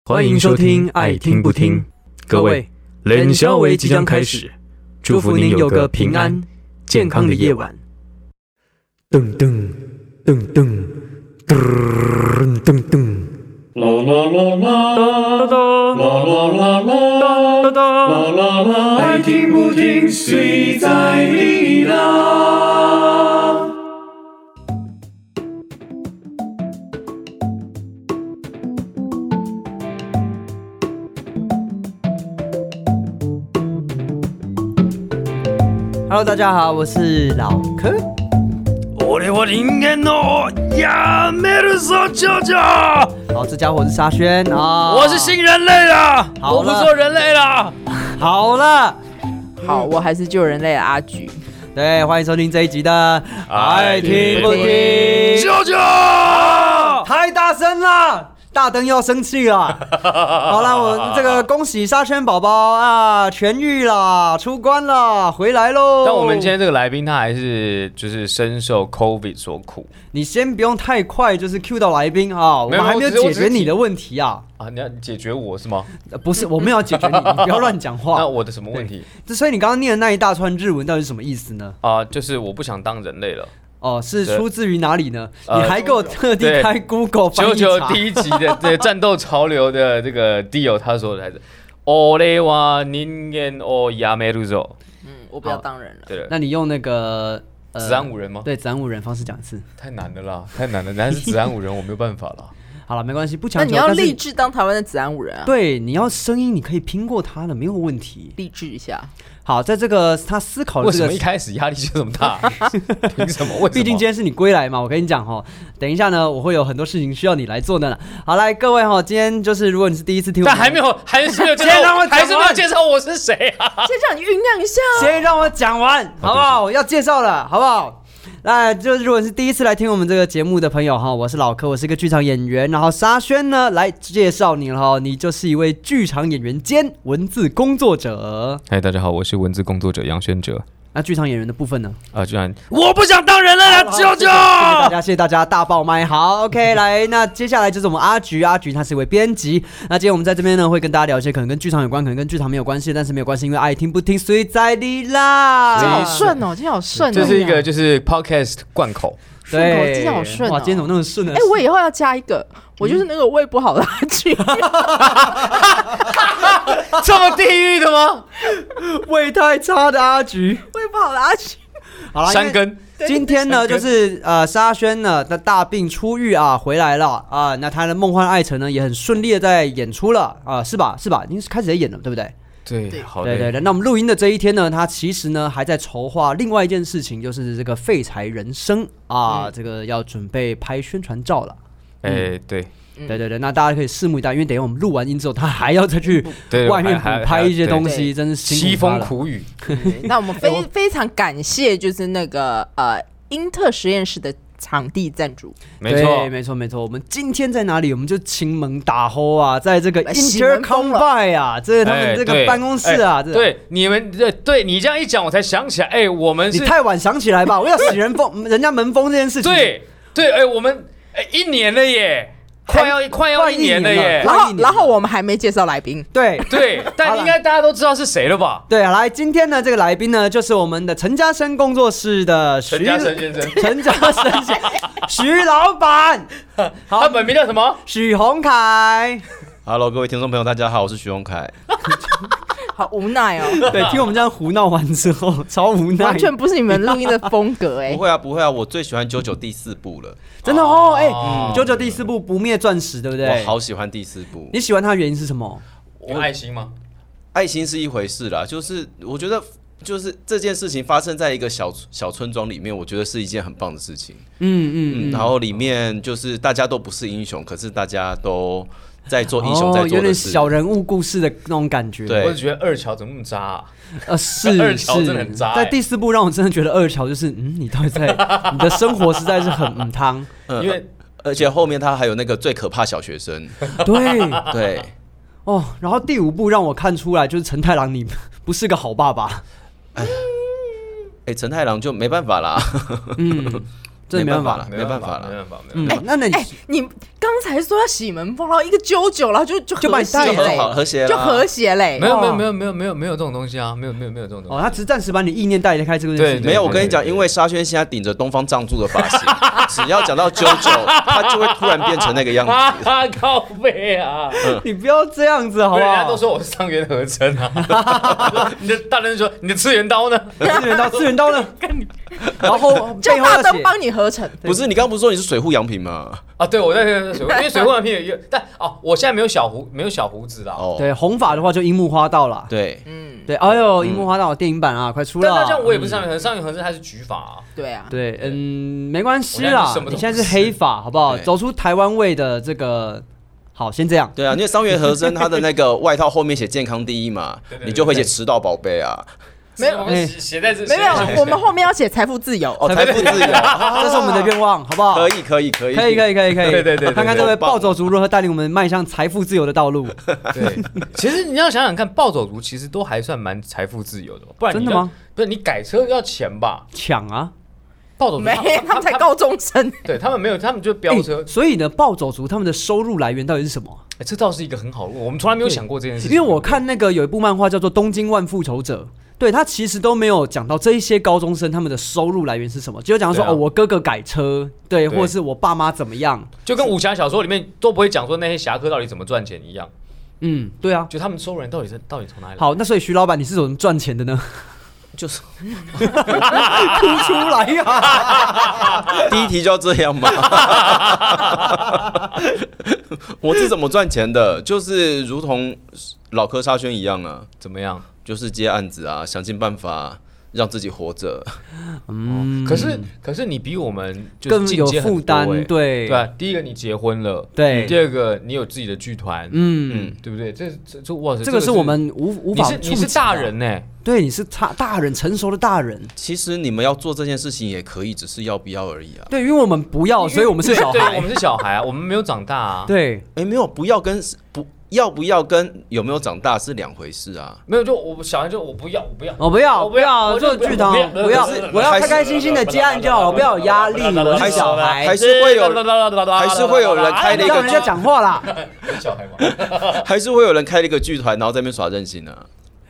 欢迎收听爱听不听，各位，冷消维即将开始，祝福您有个平安健康的夜晚。噔噔噔噔噔噔噔，啦啦啦啦，啦啦啦啦，啦啦啦，爱听不听随在你啦。Hello， 大家好，我是老柯。我人間のやめるぞ舅舅。好，这家伙是沙宣啊。 我是新人类啦，我不做人类啦。 好了， 好，我还是救人类的阿菊。 对，欢迎收听这一集的爱听不听。 舅舅， 太大声了。大灯要生气了。好了，我这个恭喜沙宣宝宝啊，痊愈了，出关了，回来喽。 但我们今天这个来宾他还是就是深受 COVID 所苦。 你先不用太快，就是 cue 到来宾啊，我们还没有解决你的问题啊。 啊，你要解决我是吗？ 不是，我没有解决你，你不要乱讲话。 那我的什么问题？ 所以你刚刚念的那一大串日文到底是什么意思呢？ 就是我不想当人类了。 哦，是出自于哪里呢？你还给我特地开 Google 翻译查。 99第一集的战斗潮流的这个 Dio 他说的还是俺は人間をやめるぞ。 我不要当人了。 对了， 那你用那个子安五人吗？ 对，子安五人方式讲一次。 太难了啦，太难了，但是子安五人我没有办法啦。 好了，没关系，不强求。 那你要立志当台湾的子安五人啊？ 对，你要声音，你可以拼过他的，没有问题。 立志一下。 好，在这个他思考的这个， 为什么一开始压力就这么大？凭什么？为什么？ 毕竟今天是你归来嘛，我跟你讲哈，等一下呢，我会有很多事情需要你来做的。好，来各位哈，今天就是如果你是第一次听我， 但还是没有介绍，还是没有介绍我是谁啊？ 先让你酝酿一下， 先让我讲完，好不好？我要介绍了，好不好？那就是如果是第一次来听我们这个节目的朋友哈，我是老柯，我是一个剧场演员，然后沙宣呢来介绍你了哈，你就是一位剧场演员兼文字工作者。 嗨，大家好，我是文字工作者杨宣哲。 那剧场演员的部分呢？ 居然我不想当人类了，舅舅！ 谢谢大家，大爆麦。好 ，OK， 来，那接下来就是我们阿菊，阿菊她是一位编辑。那今天我们在这边呢，会跟大家聊一些可能跟剧场有关，可能跟剧场没有关系，但是没有关系，因为爱听不听，随在你啦。 今天好顺哦，今天好顺哦。 这是一个就是 podcast 贯口。 对， 今天好顺哦。 哇，今天怎么那么顺呢？ 我以后要加一个，我就是那个胃不好的阿菊。 这么地狱的吗？ 胃太差的阿菊， 胃不好的阿菊。 好了， 山根。 今天呢，就是沙宣呢的大病初愈啊，回来了啊。那他的梦幻爱城呢，也很顺利的在演出了啊，是吧？已经开始在演了，对不对？ 对，好的。对。那我们录音的这一天呢，他其实呢还在筹划另外一件事情，就是这个废柴人生啊，这个要准备拍宣传照了。 对。 对，那大家可以拭目以待，因为等一下我们录完音之后，他还要再去外面补拍一些东西，真是辛苦他了。 凄风苦雨。 那我们非常感谢，就是那个英特实验室的场地赞助。 没错。 我们今天在哪里？我们就亲门打吼啊，在这个 Intercombine 啊，这是他们这个办公室啊。 对，你们对你这样一讲，我才想起来，我们是你太晚想起来吧？我要洗人家门风这件事情。 对，我们1年了耶。快要1年了耶， 然后我们还没介绍来宾， 对， 但应该大家都知道是谁了吧？ 对，来，今天的这个来宾呢，就是我们的陈嘉生工作室的陈嘉生先生， 徐老板， 他本名叫什么？ 许宏凯。 Hello， 各位听众朋友，大家好，我是许宏凯。 好无奈哦。 对，听我们这样胡闹完之后，超无奈， 完全不是你们录音的风格哎。 不会啊，我最喜欢JoJo第4部了。 真的哦，JoJo第4部不灭钻石，对不对？ 我好喜欢第4部。 你喜欢它的原因是什么？ 有爱心吗？ 爱心是一回事啦，就是我觉得就是这件事情发生在一个小村庄里面，我觉得是一件很棒的事情。然后里面就是大家都不是英雄，可是大家都在做英雄在做的事， 有点小人物故事的那种感觉。 对， 我觉得二乔怎么那么渣啊？ 是二乔真的很渣。 在第4部让我真的觉得二乔就是你到底在你的生活实在是很母汤， 因为而且后面他还有那个最可怕小学生。对哦，然后第5部让我看出来就是陈太郎你不是个好爸爸。 陈太郎就没办法啦。 真的没办法了， 没办法了。 那你刚才说要洗门风，然后一个啾啾，然后就把你带嘞， 和谐就和谐嘞。 没有这种东西啊，没有这种东西。 他只是暂时把你意念带离开这个对， 没有。我跟你讲，因为沙宣现在顶着东方藏柱的发型，只要讲到啾啾，他就会突然变成那个样子。 靠背啊！ 你不要这样子好不好？ 人家都说我是伤员合成啊。你的大人说你的次元刀呢？ 次元刀呢？然后就大灯帮你合成。 不是你刚刚不是说你是水户洋平吗？ 啊，对，我在水户，因为水户洋平也，但我现在没有小胡子啦。 对，红发的话就樱木花道啦。 对， 对，哎呦，樱木花道电影版啊，快出了。 但这样我也不是伤员合成，伤员合成他是橘发啊。 对啊， 对，没关系啦，你现在是黑发，好不好？走出台湾味的这个。好，先这样。 对啊，因为伤员和真他的那个外套后面写健康第一嘛，你就会写迟到宝贝啊。 没有写在这， 没有，我们后面要写财富自由。 财富自由， 这是我们的愿望，好不好？ 可以。 对，看看这位暴走族如何带领我们迈向财富自由的道路。 对，其实你要想想看，暴走族其实都还算蛮财富自由的，不然真的吗？ 不是你改车要钱吧？ 抢啊！ 暴走族他们才高中生， 对他们没有，他们就飙车。 所以呢，暴走族他们的收入来源到底是什么？ 这倒是一个很好的问题，我们从来没有想过这件事情。 因为我看那个有一部漫画叫做《东京万复仇者》，对他其实都没有讲到这一些高中生他们的收入来源是什么，只有讲说我哥哥改车，对，或者是我爸妈怎么样， 就跟武侠小说里面都不会讲说那些侠客到底怎么赚钱一样。 对啊， 就他们收入人到底从哪里来？ 好，那所以徐老板你是怎么赚钱的呢？ 就是哭出来呀！ 第一题就要这样吗？我是怎么赚钱的？就是如同老柯沙宣一样啊， 怎么样？ 就是接案子啊，想尽办法让自己活着。 可是你比我们更有负担，对对。第一个你结婚了， 对。 第二个你有自己的剧团，对不对？这个是我们无法。 你是大人呢， 对，你是大人，成熟的大人。 其实你们要做这件事情也可以，只是要不要而已啊。 对，因为我们不要，所以我们是小孩。 对，我们是小孩啊，我们没有长大啊。 对， 没有不要跟不。要不要跟有没有长大是两回事啊？ 没有，就我小孩就我不要做剧团，不要，我要开开心心的接案就好了，不要有压力。我是小孩， 还是会有人开了一个， 让人家讲话啦。 小孩嘛， 还是会有人开了一个剧团，然后在那边耍任性啊。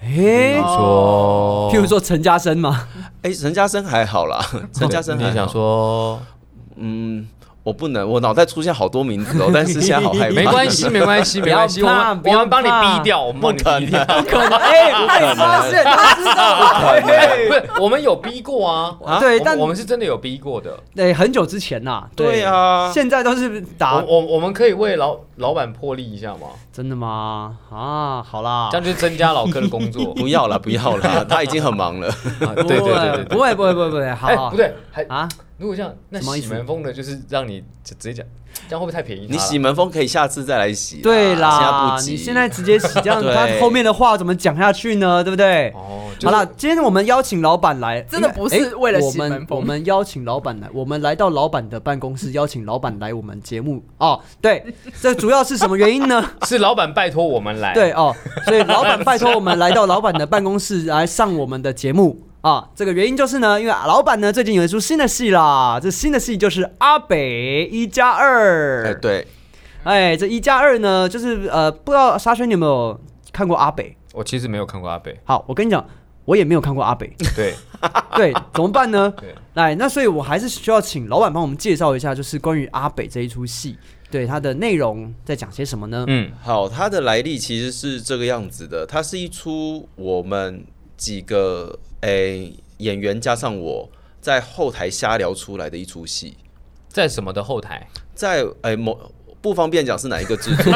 譬如说陈嘉生嘛， 陈嘉生还好啦，陈嘉生你想说， 我不能，我脑袋出现好多名字但是现在好害怕。 没关系，我们帮你逼掉，我们帮你逼掉。 不可能，太发现，他知道， 不是，我们有逼过啊。 对，但我们是真的有逼过的。 对，很久之前呐。 对啊， 现在都是打。 我们可以为老板破例一下吗？ 真的吗？啊，好啦， 这样就增加老柯的工作。 不要啦，他已经很忙了。 对，不会，好， 不对，如果这样，那洗门风的就是让你直接讲，这样会不会太便宜？ 你洗门风可以下次再来洗。 对啦， 现在不急， 你现在直接洗，这样他后面的话怎么讲下去呢？对不对？好了，今天我们邀请老板来， 真的不是为了洗门风。 我们邀请老板来，我们来到老板的办公室，邀请老板来我们节目。对，这主要是什么原因呢？ 是老板拜托我们来。 对所以老板拜托我们来到老板的办公室来上我们的节目。这个原因就是呢，因为老板呢最近有一出新的戏啦，这新的戏就是《阿北1+2》。 对， 这1+2呢，就是不知道沙宣你有没有看过阿北？ 我其实没有看过阿北。 好，我跟你讲，我也没有看过阿北。 对， 怎么办呢？ 对， 来，那所以我还是需要请老板帮我们介绍一下，就是关于阿北这一出戏，对它的内容在讲些什么呢？ 好，它的来历其实是这个样子的，它是一出我们几个演员加上我在后台瞎聊出来的一出戏。 在什么的后台？ 在不方便讲是哪一个制作。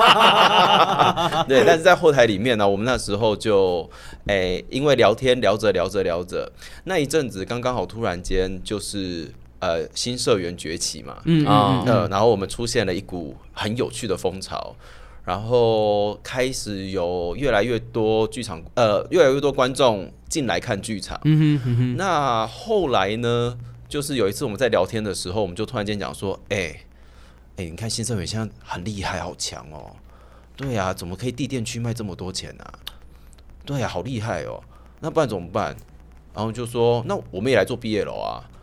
对，但是在后台里面呢，我们那时候就因为聊天聊着那一阵子刚好突然间就是新社员崛起嘛，然后我们出现了一股很有趣的风潮。然后开始有越来越多剧场，越来越多观众进来看剧场。那后来呢，就是有一次我们在聊天的时候，我们就突然间讲说，你看新社员现在很厉害，好强哦。对啊，怎么可以地店区卖这么多钱啊？对啊，好厉害哦。那不然怎么办？然后就说，那我们也来做 BL 啊。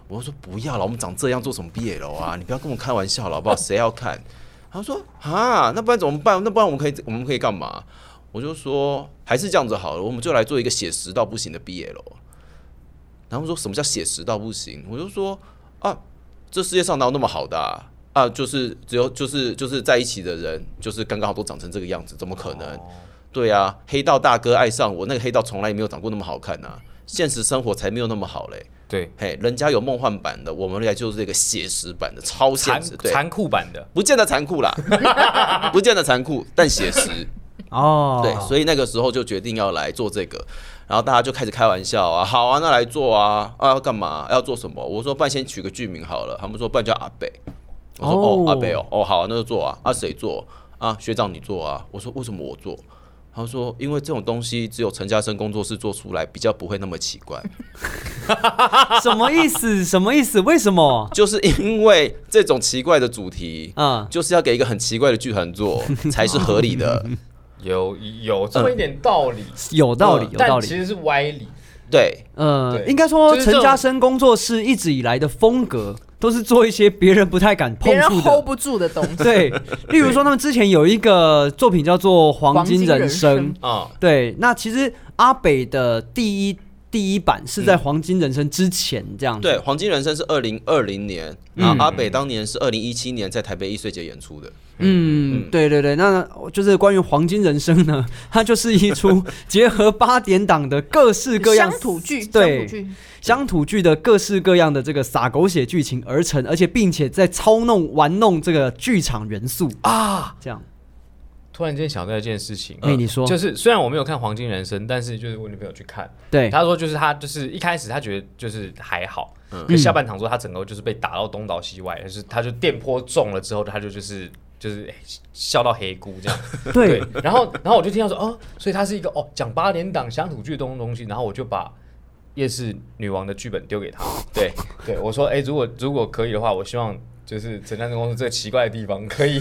我说不要了，我们长这样做什么 BL 啊？你不要跟我开玩笑了好不好？谁要看？他说啊，那不然怎么办？那不然我们可以干嘛？我就说还是这样子好了，我们就来做一个写实到不行的 BL。然后说什么叫写实到不行？我就说啊，这世界上哪有那么好的啊？就是只有就是在一起的人，就是刚刚好都长成这个样子，怎么可能？对啊，黑道大哥爱上我，那个黑道从来也没有长过那么好看啊，现实生活才没有那么好嘞。 对， 嘿，人家有梦幻版的，我们来就是这个写实版的，超现实， 残酷版的， 不见得残酷啦，不见得残酷，但写实。 哦， 对，所以那个时候就决定要来做这个，然后大家就开始开玩笑啊，好啊，那来做啊，要干嘛？要做什么？我说不然先取个剧名好了，他们说不然叫阿北，我说阿北哦，好啊，那就做啊，谁做啊？学长你做啊，我说为什么我做？他说因为这种东西只有陈嘉生工作室做出来，比较不会那么奇怪。 什么意思？什么意思？为什么？ 就是因为这种奇怪的主题，就是要给一个很奇怪的剧团做才是合理的。 有这么一点道理， 有道理， 但其实是歪理。 对， 应该说陈嘉生工作室一直以来的风格都是做一些别人不太敢碰触的、 别人 hold 不住的东西。 对，例如说他们之前有一个作品叫做《黄金人生》啊，对，那其实阿北的第一版是在《黄金人生》之前这样子。 对，《黄金人生》是2020年，然后阿北当年是2017年在台北艺穗节演出的。 对对对，那就是关于《黄金人生》呢，它就是一出结合8点档的各式各样乡土剧， 对，乡土剧的各式各样的这个撒狗血剧情而成，而且并且在玩弄这个剧场元素啊，这样。 突然间想到一件事情， 你说， 就是虽然我没有看《黄金人生》，但是就是我女朋友去看， 对， 她说他就是一开始她觉得就是还好，可下半场说她整个就是被打到东倒西歪，就是她就电波中了之后，她就是笑到黑姑这样，对，然后我就听到说所以她是一个讲8点档乡土剧的东西，然后我就把夜市女王的剧本丢给她，对，我说如果可以的话，我希望。就是陈嘉生公司这个奇怪的地方可以，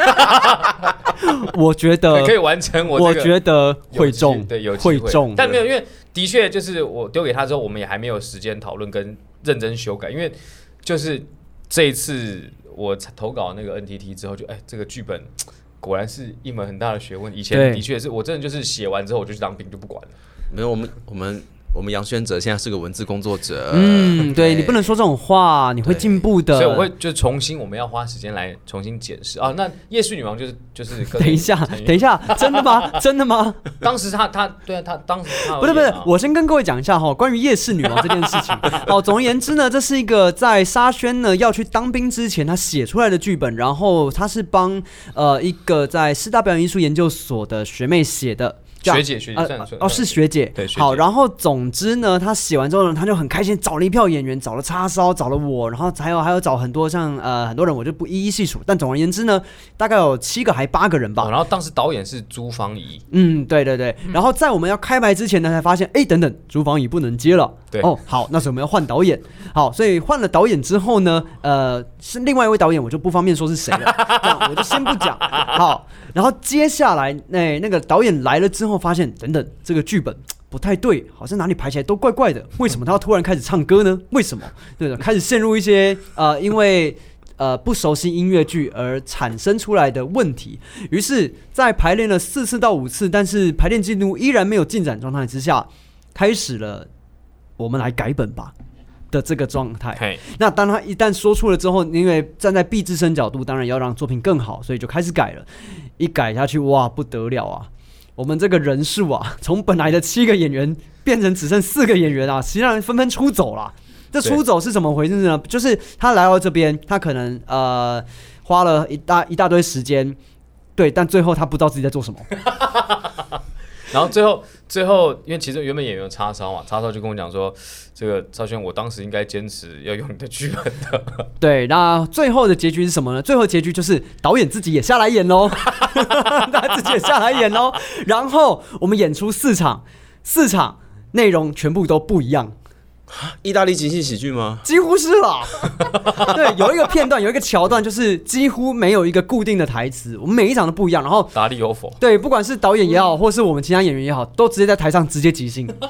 我觉得可以完成我觉得会中， 对，有会中， 但没有，因为的确就是我丢给他之后，我们也还没有时间讨论跟认真修改，因为就是这一次我投稿那个 NTT 之后就，这个剧本果然是一门很大的学问。以前的确是我真的就是写完之后我就去当兵就不管了。 没有，我们杨轩哲现在是个文字工作者， 对，你不能说这种话，你会进步的。 所以我会就我们要花时间来重新检视啊。那夜市女王就是等一下，真的吗？真的吗？ 当时他对啊，他当时他不是，我先跟各位讲一下关于夜市女王这件事情。总而言之呢，这是一个在沙宣呢要去当兵之前他写出来的剧本，然后他是帮一个在师大表演艺术研究所的学妹写的。 学姐是学姐， 对，学姐。 好，然后总之呢，他写完之后呢，他就很开心，找了一票演员，找了叉烧，找了我，然后还有找很多像很多人，我就不一一细数。但总而言之呢，大概有7个还8个人吧。 然后当时导演是朱芳怡， 对对对。然后在我们要开牌之前呢，才发现，等等，朱芳怡不能接了。 对， 好，那所以我们要换导演。好，所以换了导演之后呢，是另外一位导演，我就不方便说是谁了，这样我就先不讲。好，然后接下来那个导演来了之后，发现等等这个剧本不太对，好像哪里排起来都怪怪的，为什么他要突然开始唱歌呢？为什么？对的，开始陷入一些因为不熟悉音乐剧而产生出来的问题。于是，在排练了4次到5次，但是排练进度依然没有进展状态之下，开始了我们来改本吧的这个状态。那当他一旦说出了之后，因为站在毕志生角度，当然要让作品更好，所以就开始改了。一改下去，哇，不得了啊！我们这个人数啊，从本来的7个演员变成只剩4个演员啊，其他人纷纷出走了。这出走是怎么回事呢？就是他来到这边，他可能花了一大堆时间，对，但最后他不知道自己在做什么。 然后最后，因为其实原本演员有叉烧嘛，叉烧就跟我讲说，这个赵轩，我当时应该坚持要用你的剧本的。对， 那最后的结局是什么呢？最后的结局就是导演自己也下来演喽，他自己也下来演喽。然后我们演出4场内容全部都不一样。 意大利即兴喜剧吗？ 几乎是啦。对，有一个片段，有一个桥段，就是几乎没有一个固定的台词，我们每一场都不一样。然后达利有否？ 对，不管是导演也好，或是我们其他演员也好，都直接在台上直接即兴。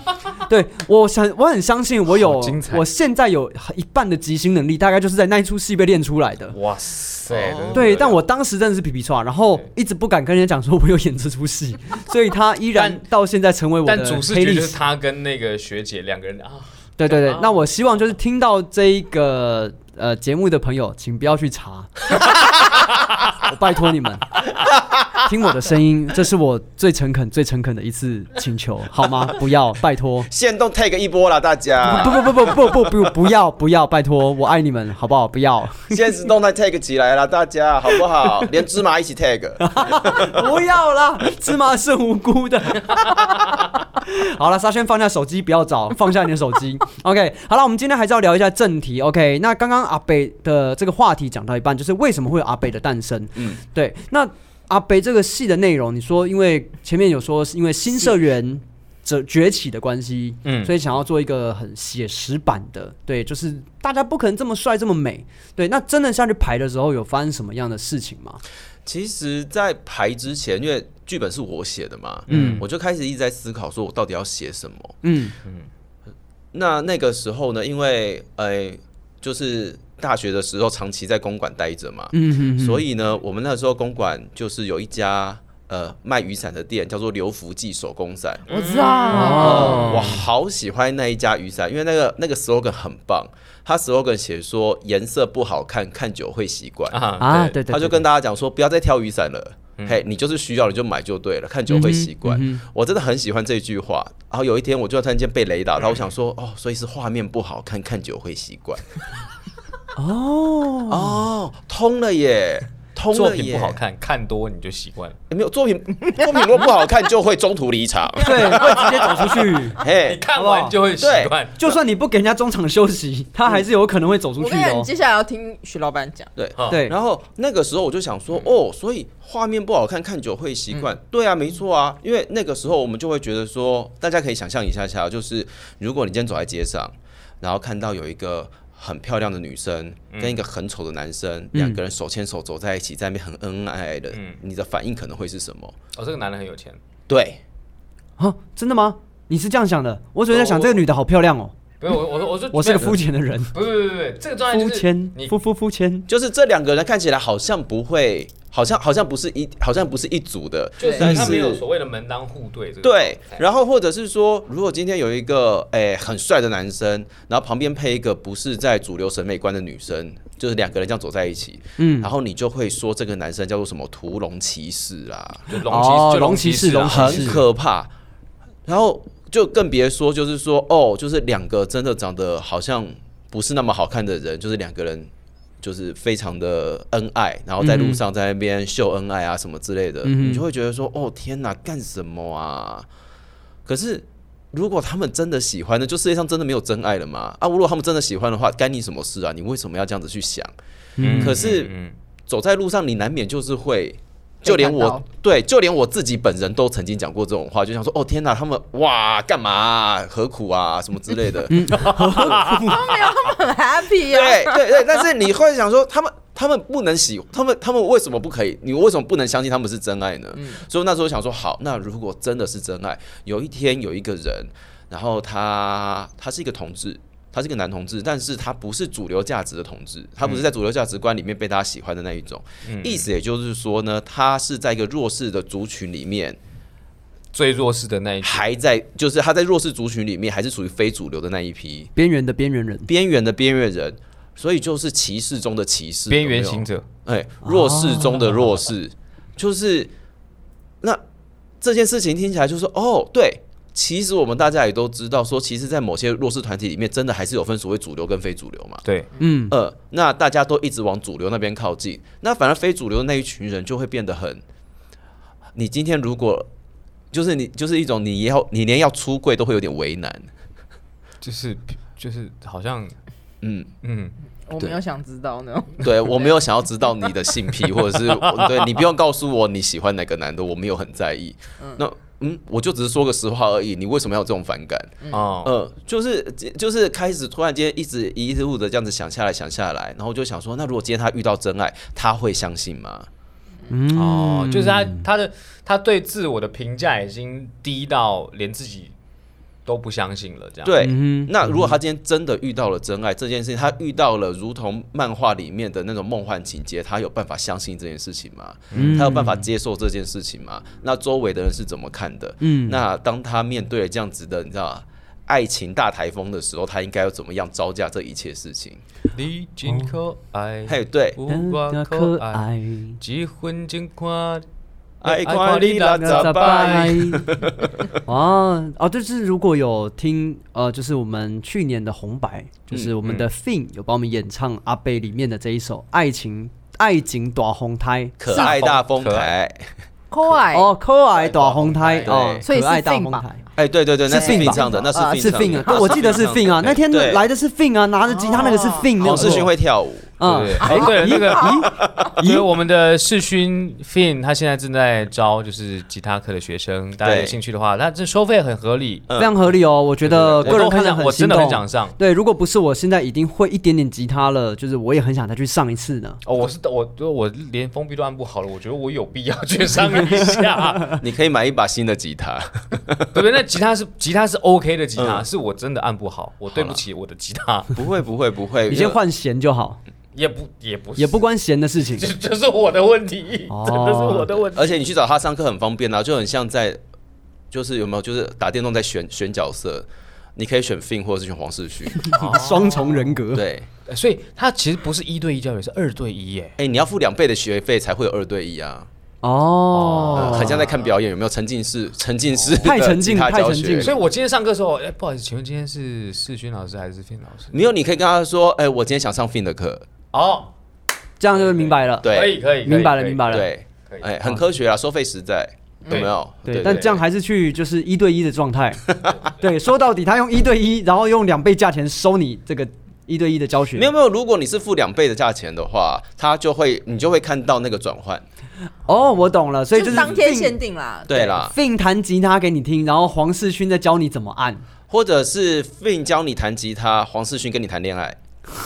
对，我很相信我现在有一半的即兴能力，大概就是在那一出戏被练出来的。 哇塞！ 对，但我当时真的是皮皮剉，然后一直不敢跟人家讲说我有演这出戏，所以他依然到现在成为我的黑历史。 但主视觉就是他跟那个学姐两个人啊。 对，那我希望就是听到这一个节目的朋友，请不要去查，我拜托你们听我的声音，这是我最诚恳的一次请求，好吗？不要，拜托。 限动 tag 一波啦，大家！ 不要，拜托，我爱你们，好不好？不要。 现实动态 tag 起来啦，大家好不好？连芝麻一起 tag。 不要啦，芝麻是无辜的。好了，沙宣放下手机，不要找，放下你的手机。OK， 好了，我们今天还是要聊一下正题。OK， 那刚刚阿北的这个话题讲到一半，就是为什么会有阿北的诞生？对，那阿北这个戏的内容，你说因为前面有说是因为新社员崛起的关系，所以想要做一个很写实版的，对，就是大家不可能这么帅这么美，对，那真的下去排的时候有发生什么样的事情吗？ 其实，在排之前，因为剧本是我写的嘛，我就开始一直在思考，说我到底要写什么。那个时候呢，因为就是大学的时候长期在公馆待着嘛，所以呢，我们那时候公馆就是有一家卖雨伞的店，叫做刘福记手工伞。 我知道， 我好喜欢那一家雨伞，因为那个 slogan 很棒。他 slogan 写说颜色不好看，看久会习惯对， 他就跟大家讲说不要再挑雨伞了，嘿，你就是需要你就买就对了，看久会习惯。我真的很喜欢这句话。然后有一天我就突然间被雷打到，我想说所以是画面不好看，看久会习惯。通了耶！ 作品不好看，看多你就习惯了。 没有作品如果不好看，就会中途离场， 对，会直接走出去。 你看完就会习惯， 就算你不给人家中场休息，他还是有可能会走出去的。 我跟你接下来要听徐老板讲。 对。然后那个时候我就想说，所以画面不好看，看久会习惯。对啊，没错啊，因为那个时候我们就会觉得说，大家可以想象一下，就是如果你今天走在街上，然后看到有一个很漂亮的女生跟一个很丑的男生，两个人手牵手走在一起，在那边很恩爱的，你的反应可能会是什么？ 这个男人很有钱。 对， 真的吗？你是这样想的？我只是在想这个女的好漂亮哦。 不是我是个肤浅的人。 不是，这个状态就是肤浅， 就是这两个人看起来好像不会，好像不是一组的， 就是他没有所谓的门当户对。 对，然后或者是说，如果今天有一个很帅的男生，然后旁边配一个不是在主流审美观的女生，就是两个人这样走在一起，然后你就会说这个男生叫做什么屠龙骑士啦， 龙骑士很可怕，然后。就更别说，就是说，就是两个真的长得好像不是那么好看的人，就是两个人就是非常的恩爱，然后在路上在那边秀恩爱啊什么之类的，你就会觉得说，天哪，干什么啊？可是如果他们真的喜欢的，就世界上真的没有真爱了吗？如果他们真的喜欢的话，干你什么事啊？你为什么要这样子去想？可是走在路上，你难免就是会。就连我自己本人都曾经讲过这种话，就想说天哪，他们哇干嘛啊，何苦啊什么之类的。他们很 happy 啊。 对，但是你会想说他们不能喜他们为什么不可以？你为什么不能相信他们是真爱呢？所以那时候想说，好，那如果真的是真爱，有一天有一个人，然后他是一个同志。他是个男同志，但是他不是主流价值的同志，他不是在主流价值观里面被大家喜欢的那一种。意思也就是说呢，他是在一个弱势的族群里面， 最弱势的那一批， 就是他在弱势族群里面还是属于非主流的那一批， 边缘的边缘人， 边缘的边缘人，所以就是歧视中的歧视， 边缘行者， 弱势中的弱势，就是那这件事情听起来就是对。其实我们大家也都知道，说其实，在某些弱势团体里面，真的还是有分所谓主流跟非主流嘛。 对， 那大家都一直往主流那边靠近，那反而非主流的那一群人就会变得很。你今天如果就是一种你连要出柜都会有点为难， 就是好像我没有想知道呢。 对，我没有想要知道你的性癖，或者是对你不用告诉我你喜欢哪个男的，我没有很在意。我就只是说个实话而已，你为什么要有这种反感？就是开始突然间一路的这样子想下来，然后就想说，那如果今天他遇到真爱，他会相信吗？ 就是他对自我的评价已经低到连自己都不相信了，这样。 对，那如果他今天真的遇到了真爱这件事情，他遇到了如同漫画里面的那种梦幻情节，他有办法相信这件事情吗？他有办法接受这件事情吗？那周围的人是怎么看的？那当他面对了这样子的，你知道爱情大台风的时候，他应该要怎么样招架这一切事情？ 你真可爱， 嘿，对， 我可爱，结婚真看。 爱看你60摆。 就是如果有听就是我们去年的红白，就是我们的 Fin 有帮我们演唱阿贝里面的这一首爱情大风台， 可爱大风台， 可爱可爱大风台所以是 Fin 吧？ 对，那是 Fin 唱的，那是 Fin 啊，我记得是 Fin 啊，那天来的是 Fin 啊，拿着吉他那个是 Fin， 黄世勋会跳舞。 对，那个，因为我们的世勋 Fin 他现在正在招就是吉他课的学生，大家有兴趣的话，他这收费很合理， 非常合理哦。我觉得个人看了我真的很想上。 对，如果不是我现在已经会一点点吉他了，就是我也很想再去上一次呢。 我连封闭都按不好了，我觉得我有必要去上一下。 你可以买一把新的吉他， 对不对？那吉他是 OK 的吉他，是我真的按不好，我对不起我的吉他。 不会， 你先换弦就好。 也不关弦的事情， 就是我的问题，真的是我的问题。 而且你去找他上课很方便啊，就很像在，就是有没有就是打电动在选角色，你可以选 Fin 或者是选黄世勋， 双重人格。 对， 所以他其实不是1对1教学，是2对1耶。 你要付2倍的学费才会有2对1啊。很像在看表演，有没有沉浸式太沉浸。 所以我今天上课的时候，不好意思，请问今天是世勋老师还是 Fin 老师？ 没有，你可以跟他说，我今天想上 Fin 的课。 这样就明白了。 对， 可以， 明白了。 对，很科学啊，收费实在，有没有？ 对，但这样还是去就是1对1的状态。对，说到底，他用1对1，然后用2倍价钱收你这个1对1的教学。 没有，如果你是付2倍的价钱的话，你就会看到那个转换。 我懂了，所以就是当天限定啦。 对啦 ，Fin 弹吉他给你听，然后黄世勋在教你怎么按， 或者是 Fin 教你弹吉他，黄世勋跟你谈恋爱。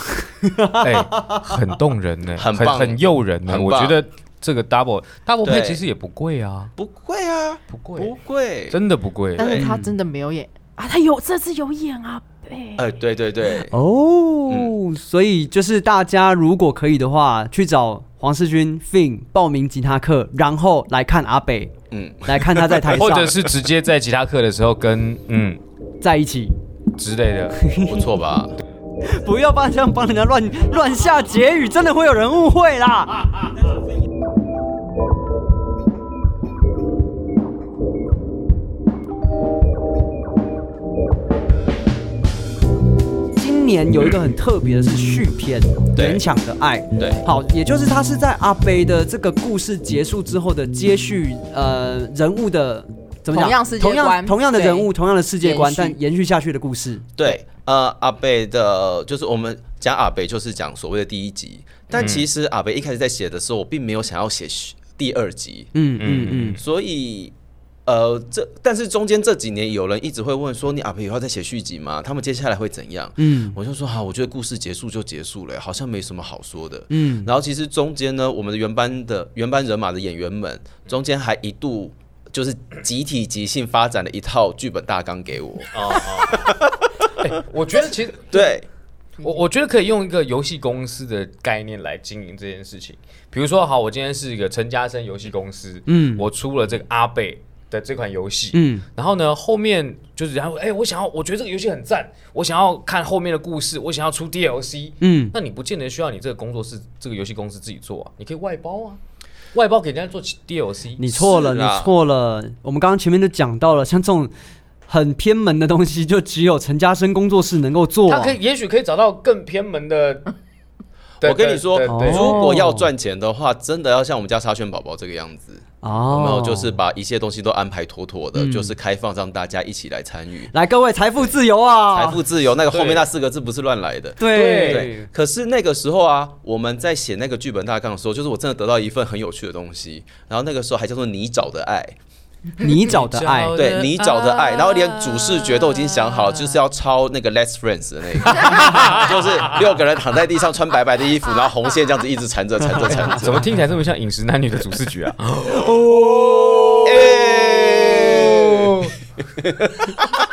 很动人呢，很诱人呢。我觉得这个 double pay 其实也不贵啊， 不贵， 真的不贵。 但是他真的没有演啊，这次有演啊。 对所以就是大家如果可以的话，去找黄世勋 Fin 报名吉他课，然后来看阿北，来看他在台上， 或者是直接在吉他课的时候跟在一起之类的， 不错吧？ 不要这样帮人家乱下结语，真的会有人误会啦。今年有一个很特别的是续篇《勉强的爱》， 对， 好，也就是他是在阿贝的这个故事结束之后的接续，人物的怎么讲？同样的人物，同样的世界观，但延续下去的故事。 对，阿贝的，就是我们讲阿贝，就是讲所谓的第1集，但其实阿贝一开始在写的时候，我并没有想要写第2集，所以。但是中间这几年有人一直会问说，你阿贝以后要再写续集吗？他们接下来会怎样？我就说好，我觉得故事结束就结束了，好像没什么好说的。然后其实中间呢，我们的原班人马的演员们，中间还一度就是集体即兴发展了一套剧本大纲给我。 我觉得其实对。 我觉得可以用一个游戏公司的概念来经营这件事情。比如说，好，我今天是一个陈嘉生游戏公司，我出了这个阿贝的这款游戏，然后呢，后面就是然后我觉得这个游戏很赞，我想要看后面的故事，我想要出 DLC，那你不见得需要你这个工作室这个游戏公司自己做啊，你可以外包啊。外包给人家做 DLC， 你错了，我们刚刚前面就讲到了，像这种很偏门的东西，就只有陈嘉生工作室能够做。 他也许可以找到更偏门的。 我跟你说，如果要赚钱的话，真的要像我们家沙宣宝宝这个样子。有没有就是把一切东西都安排妥妥的，就是开放让大家一起来参与。 来，各位，财富自由啊！ 财富自由，那个后面那4个字不是乱来的。 对。 可是那个时候啊，我们在写那个剧本大纲的时候，就是我真的得到一份很有趣的东西，然后那个时候还叫做你找的爱。 你找的爱， 对，你找的爱，然后连主视觉都已经想好了，就是要抄那个 Let's Friends 的那个，就是6个人躺在地上穿白白的衣服，然后红线这样子一直缠着。 怎么听起来这么像饮食男女的主视觉啊？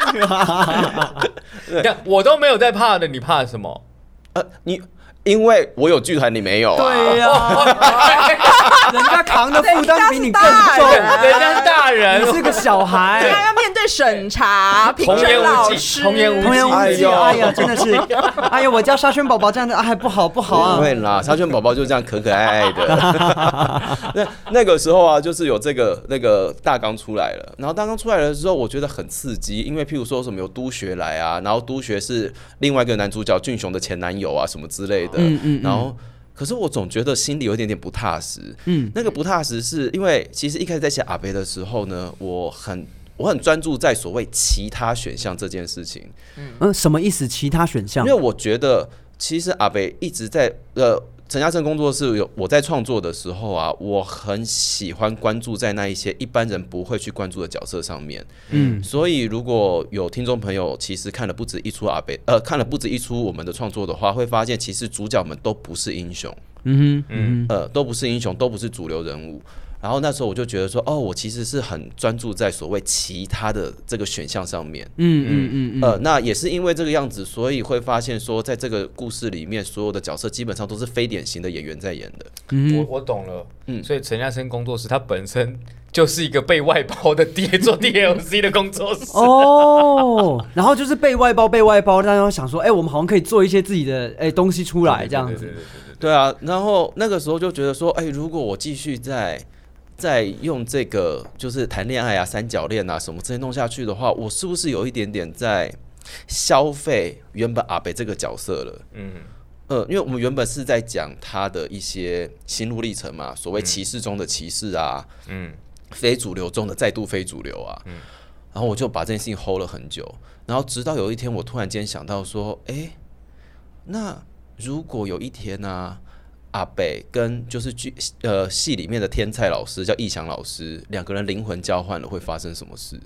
你看我都没有在怕的，你怕什么？ 你因为我有剧团，你没有、啊。 对呀、人家扛的负担比你更重， 人家是大人， 你是个小孩， 他要面对审查、评审童言无忌， 老师， 童言无童言无忌。 忌。 哎呀，真的是，哎呀，我家沙宣宝宝这样的，哎，不好啊。 不会啦，沙宣宝宝就这样可可爱爱的。那个时候啊，就是有那个大纲出来了，然后大纲出来的时候，我觉得很刺激，因为譬如说什么有都学来啊，然后都学是另外一个男主角俊雄的前男友啊，什么之类的，然后。可是我总觉得心里有一点点不踏实。那个不踏实是因为其实一开始在写阿北的时候呢，我很专注在所谓其他选项这件事情。 什么意思？其他选项？ 因为我觉得其实阿北一直在陈嘉诚工作室我在创作的时候啊，我很喜欢关注在那一些一般人不会去关注的角色上面。所以如果有听众朋友其实看了不止一出看了不止一出我们的创作的话，会发现其实主角们都不是英雄，都不是英雄，都不是主流人物。然后那时候我就觉得说，我其实是很专注在所谓其他的这个选项上面。那也是因为这个样子，所以会发现说，在这个故事里面，所有的角色基本上都是非典型的演员在演的。 我懂了。所以陈嘉生工作室它本身就是一个被外包的做 DLC 的工作室。 然后就是被外包，大家想说，我们好像可以做一些自己的东西出来这样子。 对啊，然后那个时候就觉得说，如果我继续再用这个就是谈恋爱啊、三角恋啊什么这些弄下去的话，我是不是有一点点在消费原本阿北这个角色了？因为我们原本是在讲他的一些心路历程嘛，所谓歧视中的歧视啊，非主流中的再度非主流啊，然后我就把这件事情 hold 了很久，然后直到有一天我突然间想到说，那如果有一天啊，阿北跟就是戏里面的天才老师叫义祥老师，两个人灵魂交换了，会发生什么事？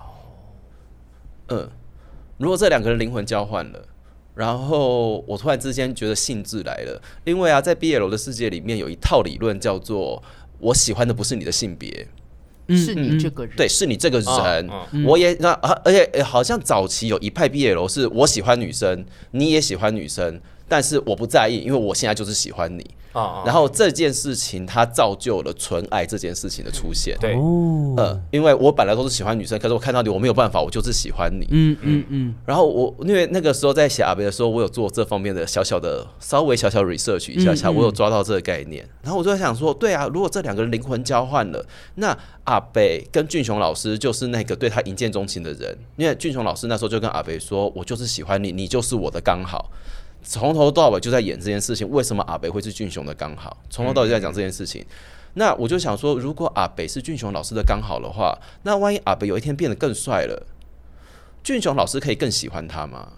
如果这两个人灵魂交换了，然后我突然之间觉得兴致来了，因为啊，在 BL 的世界里面有一套理论叫做我喜欢的不是你的性别， 是你这个人， 对，是你这个人。我也而且好像早期有一派 BL 是我喜欢女生，你也喜欢女生。但是我不在意，因为我现在就是喜欢你。然后这件事情它造就了纯爱这件事情的出现。 对， 因为我本来都是喜欢女生，可是我看到你，我没有办法，我就是喜欢你。然后因为那个时候在写阿北的时候，我有做这方面的稍微小小 research 一下，我有抓到这个概念。然后我就在想说，对啊，如果这两个人灵魂交换了，那阿北跟俊雄老师就是那个对他一见钟情的人，因为俊雄老师那时候就跟阿北说，我就是喜欢你，你就是我的刚好。从头到尾就在演这件事情，为什么阿北会是俊雄的刚好？从头到尾就在讲这件事情。那我就想说，如果阿北是俊雄老师的刚好的话，那万一阿北有一天变得更帅了，俊雄老师可以更喜欢他吗？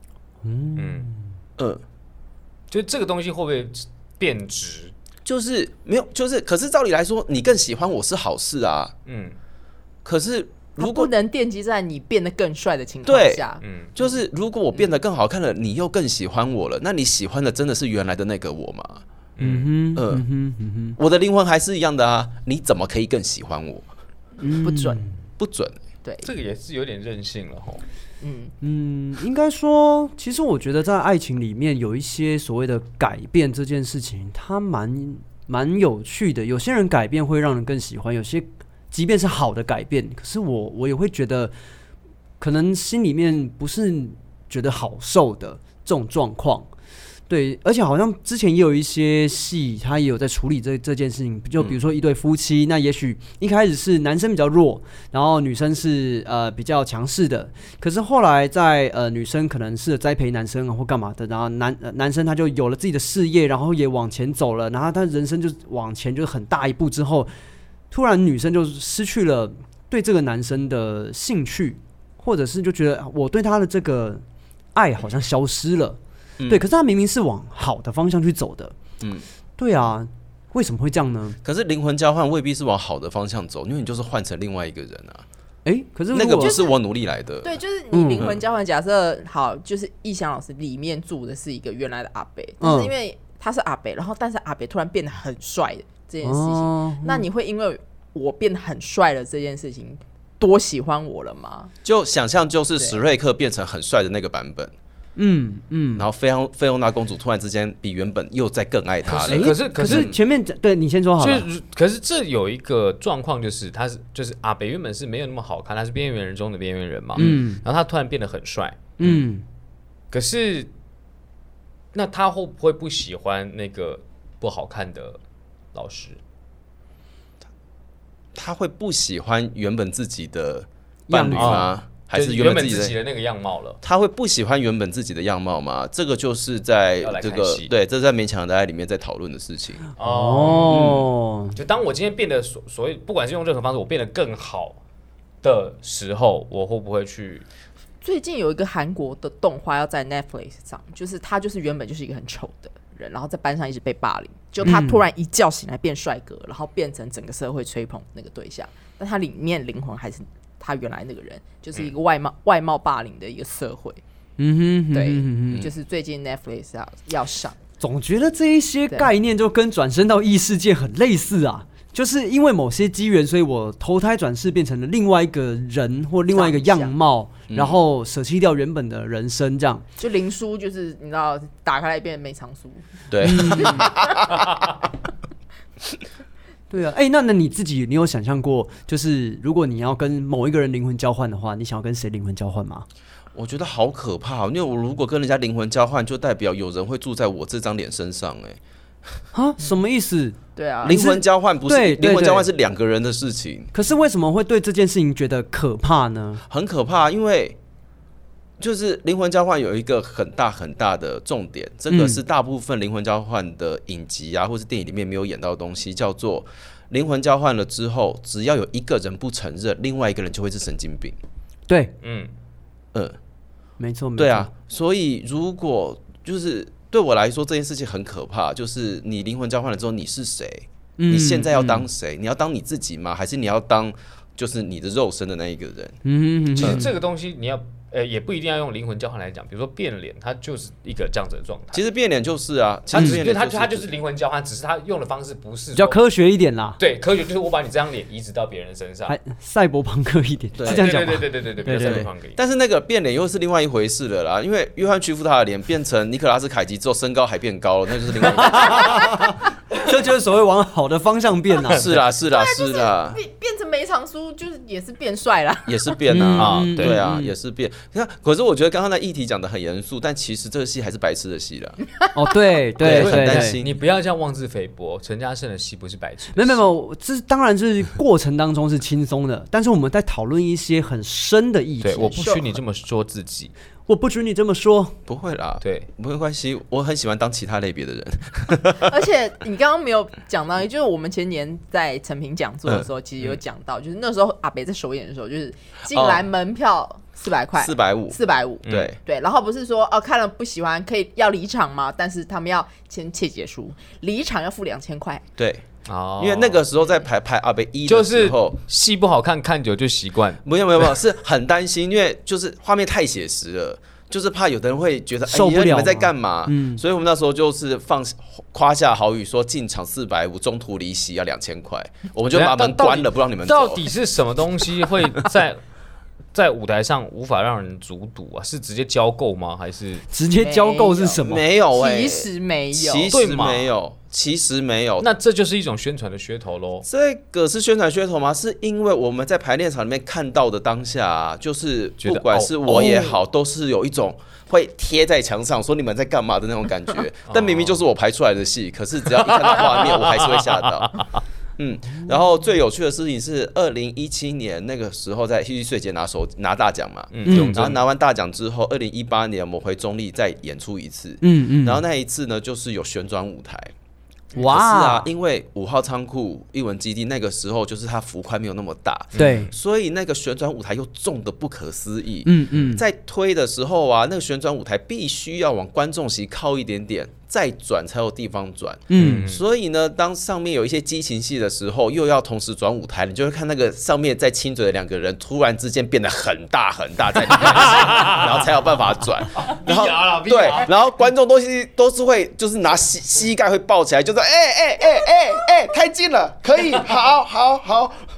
就这个东西会不会变质？ 就是没有，就是可是照理来说，你更喜欢我是好事啊。可是如果不能奠基在你变得更帅的情况下， 就是如果我变得更好看了，你又更喜欢我了，那你喜欢的真的是原来的那个我吗？我的灵魂还是一样的啊，你怎么可以更喜欢我？不准。 对， 这个也是有点任性了吼。 应该说，其实我觉得在爱情里面有一些所谓的改变这件事情，它蛮有趣的。有些人改变会让人更喜欢，有些即便是好的改变，可是我也会觉得，可能心里面不是觉得好受的这种状况。对，而且好像之前也有一些戏，他也有在处理这件事情。就比如说一对夫妻，那也许一开始是男生比较弱，然后女生是比较强势的，可是后来在女生可能是栽培男生或干嘛的，然后男生他就有了自己的事业，然后也往前走了，然后他人生就往前就很大一步之后，突然女生就失去了对这个男生的兴趣，或者是就觉得我对他的这个爱好像消失了。对，可是他明明是往好的方向去走的。对啊，为什么会这样呢？ 可是灵魂交换未必是往好的方向走，因为你就是换成另外一个人啊。 可是那个不是我努力来的。 对，就是你灵魂交换。假设好，就是义祥老师里面住的是一个原来的阿北，但是因为他是阿北，然后但是阿北突然变得很帅的这件事情，那你会因为我变得很帅了这件事情， 多喜欢我了吗？ 就想象就是史瑞克变成很帅的那个版本。然后菲欧娜公主突然之间比原本又再更爱他了。 可是前面对你先说好了。 可是这有一个状况，就是就是阿北原本是没有那么好看，他是边缘人中的边缘人嘛。然后他突然变得很帅。可是那他会不会不喜欢那个不好看的老师？ 他会不喜欢原本自己的伴侣吗？还是原本自己的那个样貌了？ 他会不喜欢原本自己的样貌吗？这个就是在这个对，这是在勉强的爱里面在讨论的事情。 就当我今天变得所谓不管是用任何方式，我变得更好的时候，我会不会去？ 最近有一个韩国的动画要在 Netflix 上，就是他就是原本就是一个很丑的人，然后在班上一直被霸凌，就他突然一觉醒来变帅哥，然后变成整个社会吹捧那个对象，但他里面灵魂还是他原来那个人，就是一个外貌霸凌的一个社会。对，就是最近 Netflix 要上。 总觉得这一些概念就跟转身到异世界很类似啊。就是因为某些机缘，所以我投胎转世变成了另外一个人或另外一个样貌，然后舍弃掉原本的人生，这样。 就灵书就是你知道，打开来变梅长苏。 对。 对啊，那你自己你有想象过，就是如果你要跟某一个人灵魂交换的话，你想要跟谁灵魂交换吗？ 我觉得好可怕，因为我如果跟人家灵魂交换，就代表有人会住在我这张脸身上。 什么意思？ 对啊， 灵魂交换不是灵魂交换是两个人的事情。 可是为什么会对这件事情觉得可怕呢？ 很可怕，因为就是灵魂交换有一个很大很大的重点，这个是大部分灵魂交换的影集啊，或是电影里面没有演到的东西，叫做灵魂交换了之后，只要有一个人不承认，另外一个人就会是神经病。 对，没错， 对啊，所以如果就是对我来说这件事情很可怕，就是你灵魂交换了之后，你是谁？你现在要当谁？你要当你自己吗？还是你要当就是你的肉身的那一个人？ 其实这个东西你要。也不一定要用灵魂交换来讲，比如说变脸，它就是一个这样子的状态。 其实变脸就是啊， 它就是灵魂交换，只是它用的方式不是比较科学一点啦。 对，科学就是我把你这张脸移植到别人身上， 还赛博朋克一点，是这样讲吗？ 对，比较赛博朋克一点。 但是那个变脸又是另外一回事了啦，因为约翰屈服他的脸变成尼可拉斯凯奇之后，身高还变高了，那就是另外一回事。 这就是所谓往好的方向变啦。 是啦， 变成梅长苏就是也是变帅啦， 也是变啊，对啊，也是变。你看，可是我觉得刚刚那议题讲得很严肃，但其实这个戏还是白痴的戏啦。 对， 很担心。 你不要这样妄自菲薄，陈嘉生的戏不是白痴。 没有，这当然是过程当中是轻松的，但是我们在讨论一些很深的议题。 对，我不许你这么说自己。 我不准你这么说。 不会啦， 对， 没关系，我很喜欢当其他类别的人。 而且你刚刚没有讲到，就是我们前年在成品讲座的时候，其实有讲到，就是那时候阿北在首演的时候，就是进来门票400块，450，对，然后不是说看了不喜欢可以要离场吗？但是他们要签切结书，离场要付2000块。 对。因为那个时候在排阿北1的时候， 就是戏不好看，看久就习惯。 没有，是很担心，因为就是画面太写实了，就是怕有的人会觉得受不了， 你们在干嘛？所以我们那时候就是夸下豪语说进场450，中途离席要2000块，我们就把门关了，不让你们走。 到底是什么东西会在舞台上无法让人卒睹啊？是直接交购吗？还是直接交购是什么？ 没有其实没有。其实没有， 那这就是一种宣传的噱头咯。 这个是宣传噱头吗？是因为我们在排练场里面看到的当下就是不管是我也好，都是有一种会贴在墙上说你们在干嘛的那种感觉。但明明就是我排出来的戏，可是只要一看到画面，我还是会吓到。然后最有趣的事情是2017年那个时候在戏剧税节拿大奖嘛，然后拿完大奖之后，2018年我们回中立再演出一次，然后那一次呢就是有旋转舞台。哇！可是啊，因为5号仓库艺文基地那个时候就是它幅宽没有那么大， 对， 所以那个旋转舞台又重的不可思议。在推的时候啊，那个旋转舞台必须要往观众席靠一点点，再转才有地方转。所以呢，当上面有一些激情戏的时候，又要同时转舞台，你就会看那个上面在亲嘴的2个人突然之间变得很大很大，在然后才有办法转。然后对，然后观众都是会就是拿膝盖会抱起来，就是开近了，可以，好，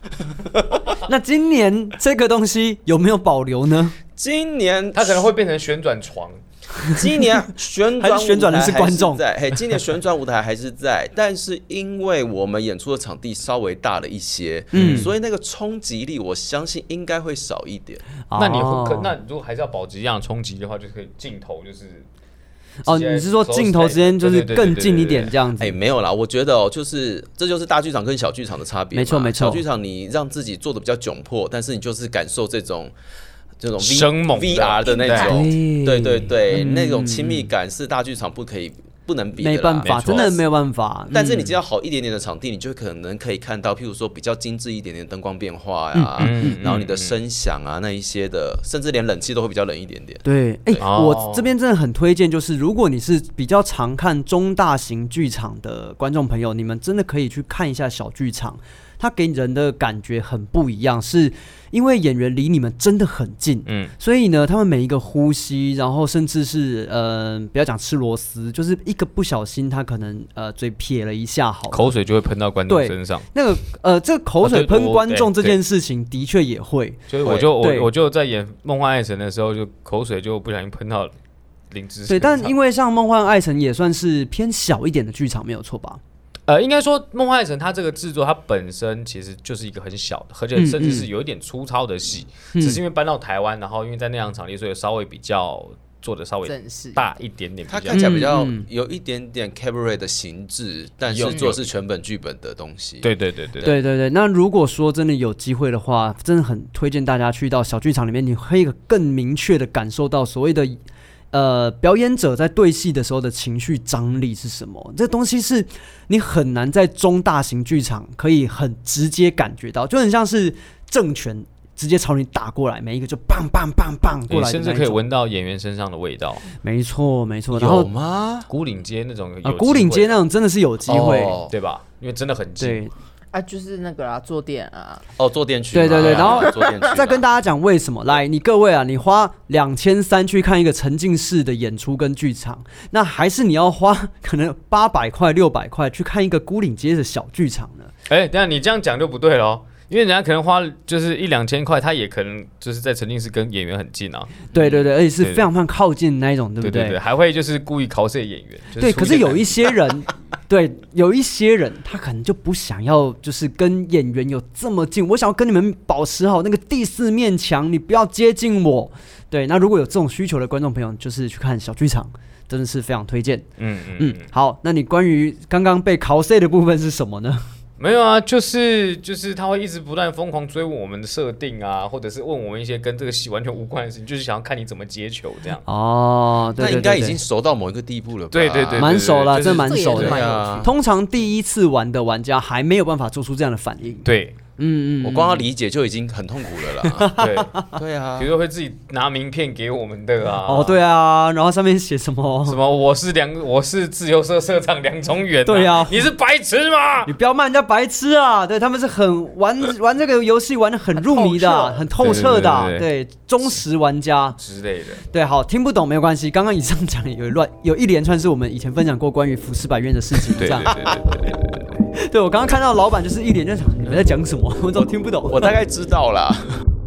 那今年这个东西有没有保留呢？ 今年它可能会变成旋转床。 今年旋转的是观众， 今年旋转舞台还是在，但是因为我们演出的场地稍微大了一些，所以那个冲击力我相信应该会少一点。 那如果还是要保持一样冲击的话，就可以镜头就是你是说镜头之间就是更近一点这样子？ 没有啦，我觉得这就是大剧场跟小剧场的差别。 没错。 小剧场你让自己做的比较窘迫，但是你就是感受这种生猛 VR 的那种，对，那种亲密感是大剧场不能比的啦， 没办法，真的没有办法。 但是你只要好一点点的场地，你就可能可以看到，譬如说比较精致一点点灯光变化呀，然后你的声响啊那一些的，甚至连冷气都会比较冷一点点。 对，我这边真的很推荐，就是如果你是比较常看中大型剧场的观众朋友，你们真的可以去看一下小剧场。它给人的感觉很不一样，是因为演员离你们真的很近，所以呢，他们每一个呼吸，然后甚至是不要讲吃螺丝，就是一个不小心，他可能嘴撇了一下，好了， 口水就会喷到观众身上。 那个这个口水喷观众这件事情，的确也会。 所以我就在演《梦幻爱神》的时候，就口水就不小心喷到林芝。 对，但因为像《梦幻爱神》也算是偏小一点的剧场，没有错吧？ 应该说《梦幻爱神》它这个制作，它本身其实就是一个很小的，而且甚至是有一点粗糙的戏，只是因为搬到台湾，然后因为在那样场地，所以稍微比较做的稍微大一点点， 它看起来比较有一点点 cabaret 的形制，但是做的是全本剧本的东西。 对。 那如果说真的有机会的话，真的很推荐大家去到小剧场里面，你可以更明确的感受到所谓的。表演者在对戏的时候的情绪张力是什么？这东西是你很难在中大型剧场可以很直接感觉到，就很像是政权直接朝你打过来，每一个就棒棒棒棒过来的那种， 甚至可以闻到演员身上的味道。 没错。然后有吗？ 孤岭街那种孤岭街那种真的是有机会， 对吧？因为真的很近。 对。 就是那个坐垫啊， 坐垫区， 对，然后再跟大家讲为什么。来，你各位啊，你花2300去看一个沉浸式的演出跟剧场，那还是你要花可能800块、600块去看一个孤岭街的小剧场呢？ 等一下你这样讲就不对咯。因为人家可能花就是1-2千块，他也可能就是在沉浸式跟演员很近啊。 对，而且是非常非常靠近那一种，对不对？ 对，还会就是故意cos演员。 对，可是有一些人，有一些人他可能就不想要，就是跟演员有这么近。我想要跟你们保持好那个第4面墙，你不要接近我。对，那如果有这种需求的观众朋友，就是去看小剧场。真的是非常推荐。好，那你关于刚刚被cos的部分是什么呢？ 没有啊，就是他会一直不断疯狂追问我们的设定啊，或者是问我们一些跟这个戏完全无关的事情，就是想要看你怎么接球这样。 对， 那应该已经熟到某一个地步了吧？ 对， 蛮熟了，真的蛮熟的。 啊， 通常第一次玩的玩家还没有办法做出这样的反应。 对。 我光要理解就已经很痛苦了啦。 对啊， 比如说会自己拿名片给我们的啊。 对啊，然后上面写什么我是自由社社长梁宗元。 对啊， 你是白痴吗？ 你不要骂人家白痴啊！对，他们是很玩这个游戏玩得很入迷的，很透彻的，对，忠实玩家之类的。 对，好，听不懂没有关系。刚刚以上讲的有一连串是我们以前分享过关于福斯百院的事情，这样。对，我刚刚看到老板就是一脸就想你们在讲什么，我都听不懂。 我大概知道啦。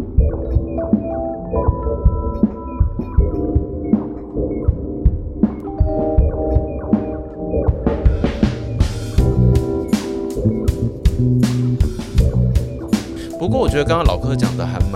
不过我觉得刚刚老柯讲的还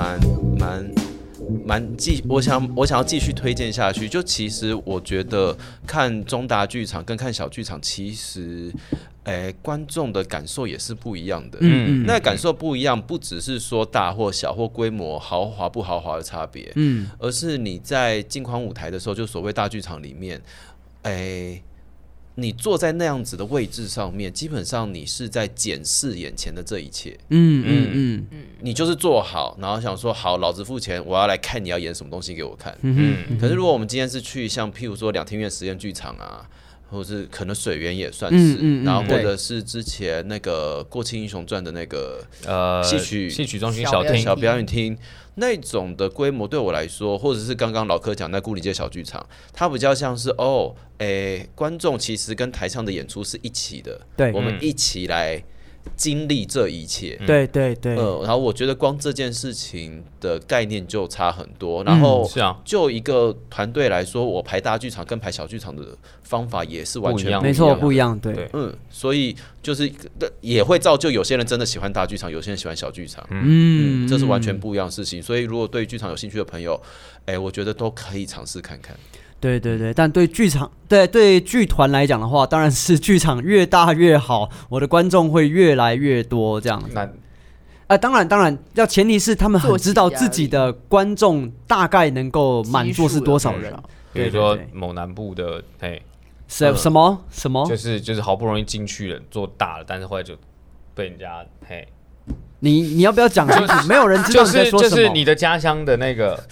我想要继续推荐下去。就其实我觉得看中大剧场跟看小剧场，其实观众的感受也是不一样的。那感受不一样，不只是说大或小或规模豪华不豪华的差别，而是你在镜框舞台的时候，就所谓大剧场里面，你坐在那样子的位置上面，基本上你是在检视眼前的这一切。你就是坐好，然后想说好，老子付钱，我要来看你要演什么东西给我看。可是如果我们今天是去像譬如说两厅院实验剧场啊，或者是可能水源也算是，然后或者是之前那个《过气英雄传》的那个戏曲中心小表演厅那种的规模，对我来说，或者是刚刚老柯讲那孤岭街小剧场，它比较像是观众其实跟台上的演出是一起的，对，我们一起来经历这一切。 对对对， 然后我觉得光这件事情的概念就差很多。然后是啊， 就一个团队来说，我排大剧场跟排小剧场的方法也是完全不一样， 没错，不一样。对， 所以就是也会造就有些人真的喜欢大剧场，有些人喜欢小剧场。这是完全不一样的事情。所以如果对剧场有兴趣的朋友，我觉得都可以尝试看看。 对对对，但对剧场对剧团来讲的话，当然是剧场越大越好，我的观众会越来越多这样。当然，要前提是他们很知道自己的观众大概能够满座是多少人。 比如说某南部的什么， 就是好不容易进去了，做大了，但是后来就被人家你要不要讲清楚？没有人知道你在说什么。 就是你的家乡的那个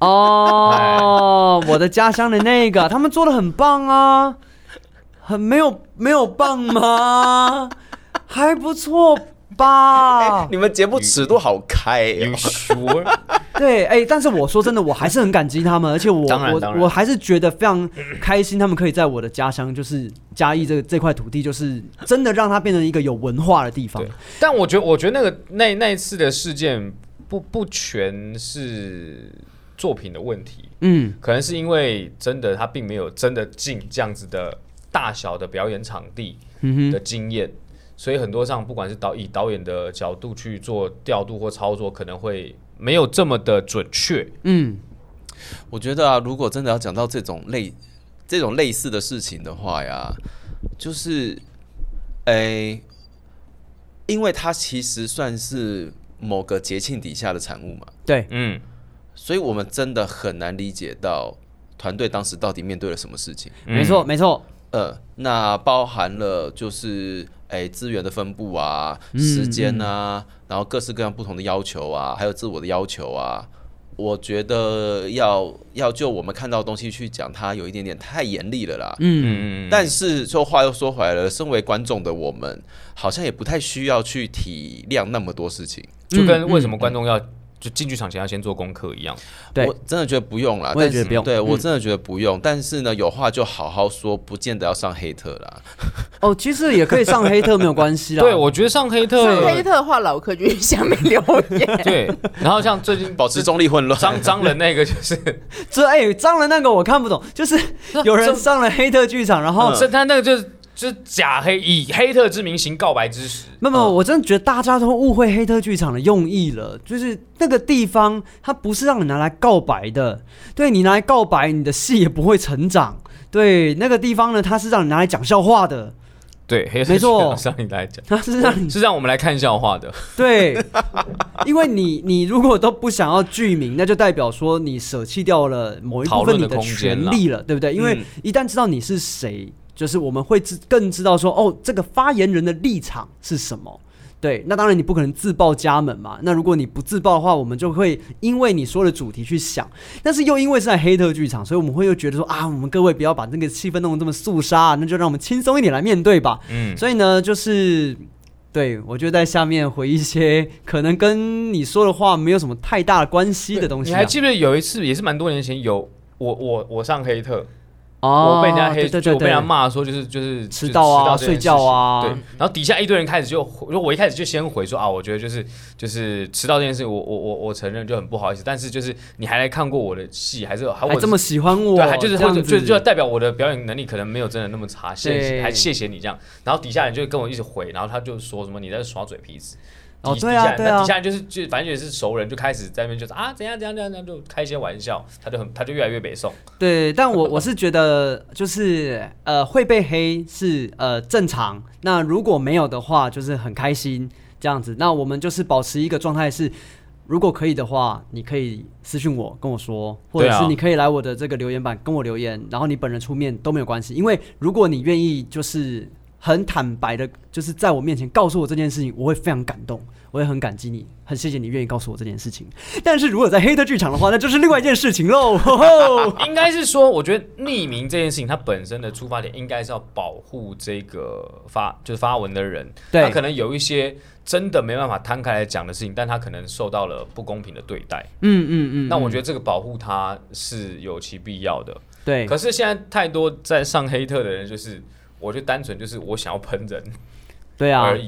我的家乡的那个，他们做的很棒啊，很没有棒吗？还不错吧？ 你们节目尺度好开 ，You sure？ 对，但是我说真的，我还是很感激他们，而且我还是觉得非常开心，他们可以在我的家乡，就是嘉义这块土地，就是真的让它变成一个有文化的地方。 对，但我觉得那一次的事件不全是作品的问题，可能是因为真的他并没有真的进这样子的大小的表演场地的经验。所以很多上，不管是以导演的角度去做调度或操作，可能会没有这么的准确。 我觉得如果真的要讲到这种类似的事情的话呀，就是因为它其实算是某个节庆底下的产物嘛。 对， 所以我们真的很难理解到团队当时到底面对了什么事情。 没错。 那包含了就是资源的分布啊，时间啊，然后各式各样不同的要求啊，还有自我的要求啊。我觉得要就我们看到的东西去讲，它有一点点太严厉了啦。但是说话又说回来了，身为观众的我们，好像也不太需要去体谅那么多事情。 就跟为什么观众要就进剧场前要先做功课一样。 对， 我真的觉得不用啦。 我也觉得不用。 对，我真的觉得不用。但是呢，有话就好好说，不见得要上黑特啦。 其实也可以上黑特，没有关系啦。 对，我觉得上黑特的话，老客就去下面留言。 对，然后像最近保持中立混乱， 张人那个就是张人那个我看不懂，就是有人上了黑特剧场，然后他那个就是假黑，以黑特之名行告白之实。 没有，我真的觉得大家都误会黑特剧场的用意了。就是那个地方，它不是让你拿来告白的。对，你拿来告白，你的戏也不会成长。对，那个地方呢，它是让你拿来讲笑话的。 对， 没错， 让你来讲， 它是让我们来看笑话的。 对，因为你如果都不想要剧名，那就代表说你舍弃掉了某一部分你的权利了，对不对？因为一旦知道你是谁。就是我们会更知道说，这个发言人的立场是什么。对，那当然你不可能自报家门嘛。那如果你不自报的话，我们就会因为你说的主题去想，但是又因为是在黑特剧场，所以我们会又觉得说我们各位不要把这个气氛弄得这么肃杀，那就让我们轻松一点来面对吧。所以呢，就是对我就在下面回一些可能跟你说的话没有什么太大的关系的东西。 你还记不记得有一次也是蛮多年前，有我上黑特。我被人家黑，就我被人家骂说就是迟到啊、睡觉啊， 对。然后底下一堆人开始我一开始就先回说我觉得就是迟到这件事情，我承认就很不好意思，但是就是你还来看过我的戏，还这么喜欢我， 对，还就代表我的表演能力可能没有真的那么差，还谢谢你这样。然后底下人就跟我一直回，然后他就说什么你在耍嘴皮子。 对啊， 底下人就反正也是熟人，就开始在那边就是怎样，就开一些玩笑，他就越来越北宋。 对，但我是觉得就是会被黑是正常，那如果没有的话，就是很开心这样子。那我们就是保持一个状态是，如果可以的话，你可以私讯我跟我说，或者是你可以来我的这个留言板跟我留言，然后你本人出面都没有关系，因为如果你愿意就是很坦白的，就是在我面前告诉我这件事情，我会非常感动。我也很感激你，很谢谢你愿意告诉我这件事情。但是如果在黑特剧场的话，那就是另外一件事情喽。 应该是说，我觉得匿名这件事情，它本身的出发点应该是要保护这个发文的人。 对， 他可能有一些真的没办法摊开来讲的事情，但他可能受到了不公平的对待。那我觉得这个保护他是有其必要的。 对。 可是现在太多在上黑特的人，就是我就单纯就是我想要喷人， 对啊而已。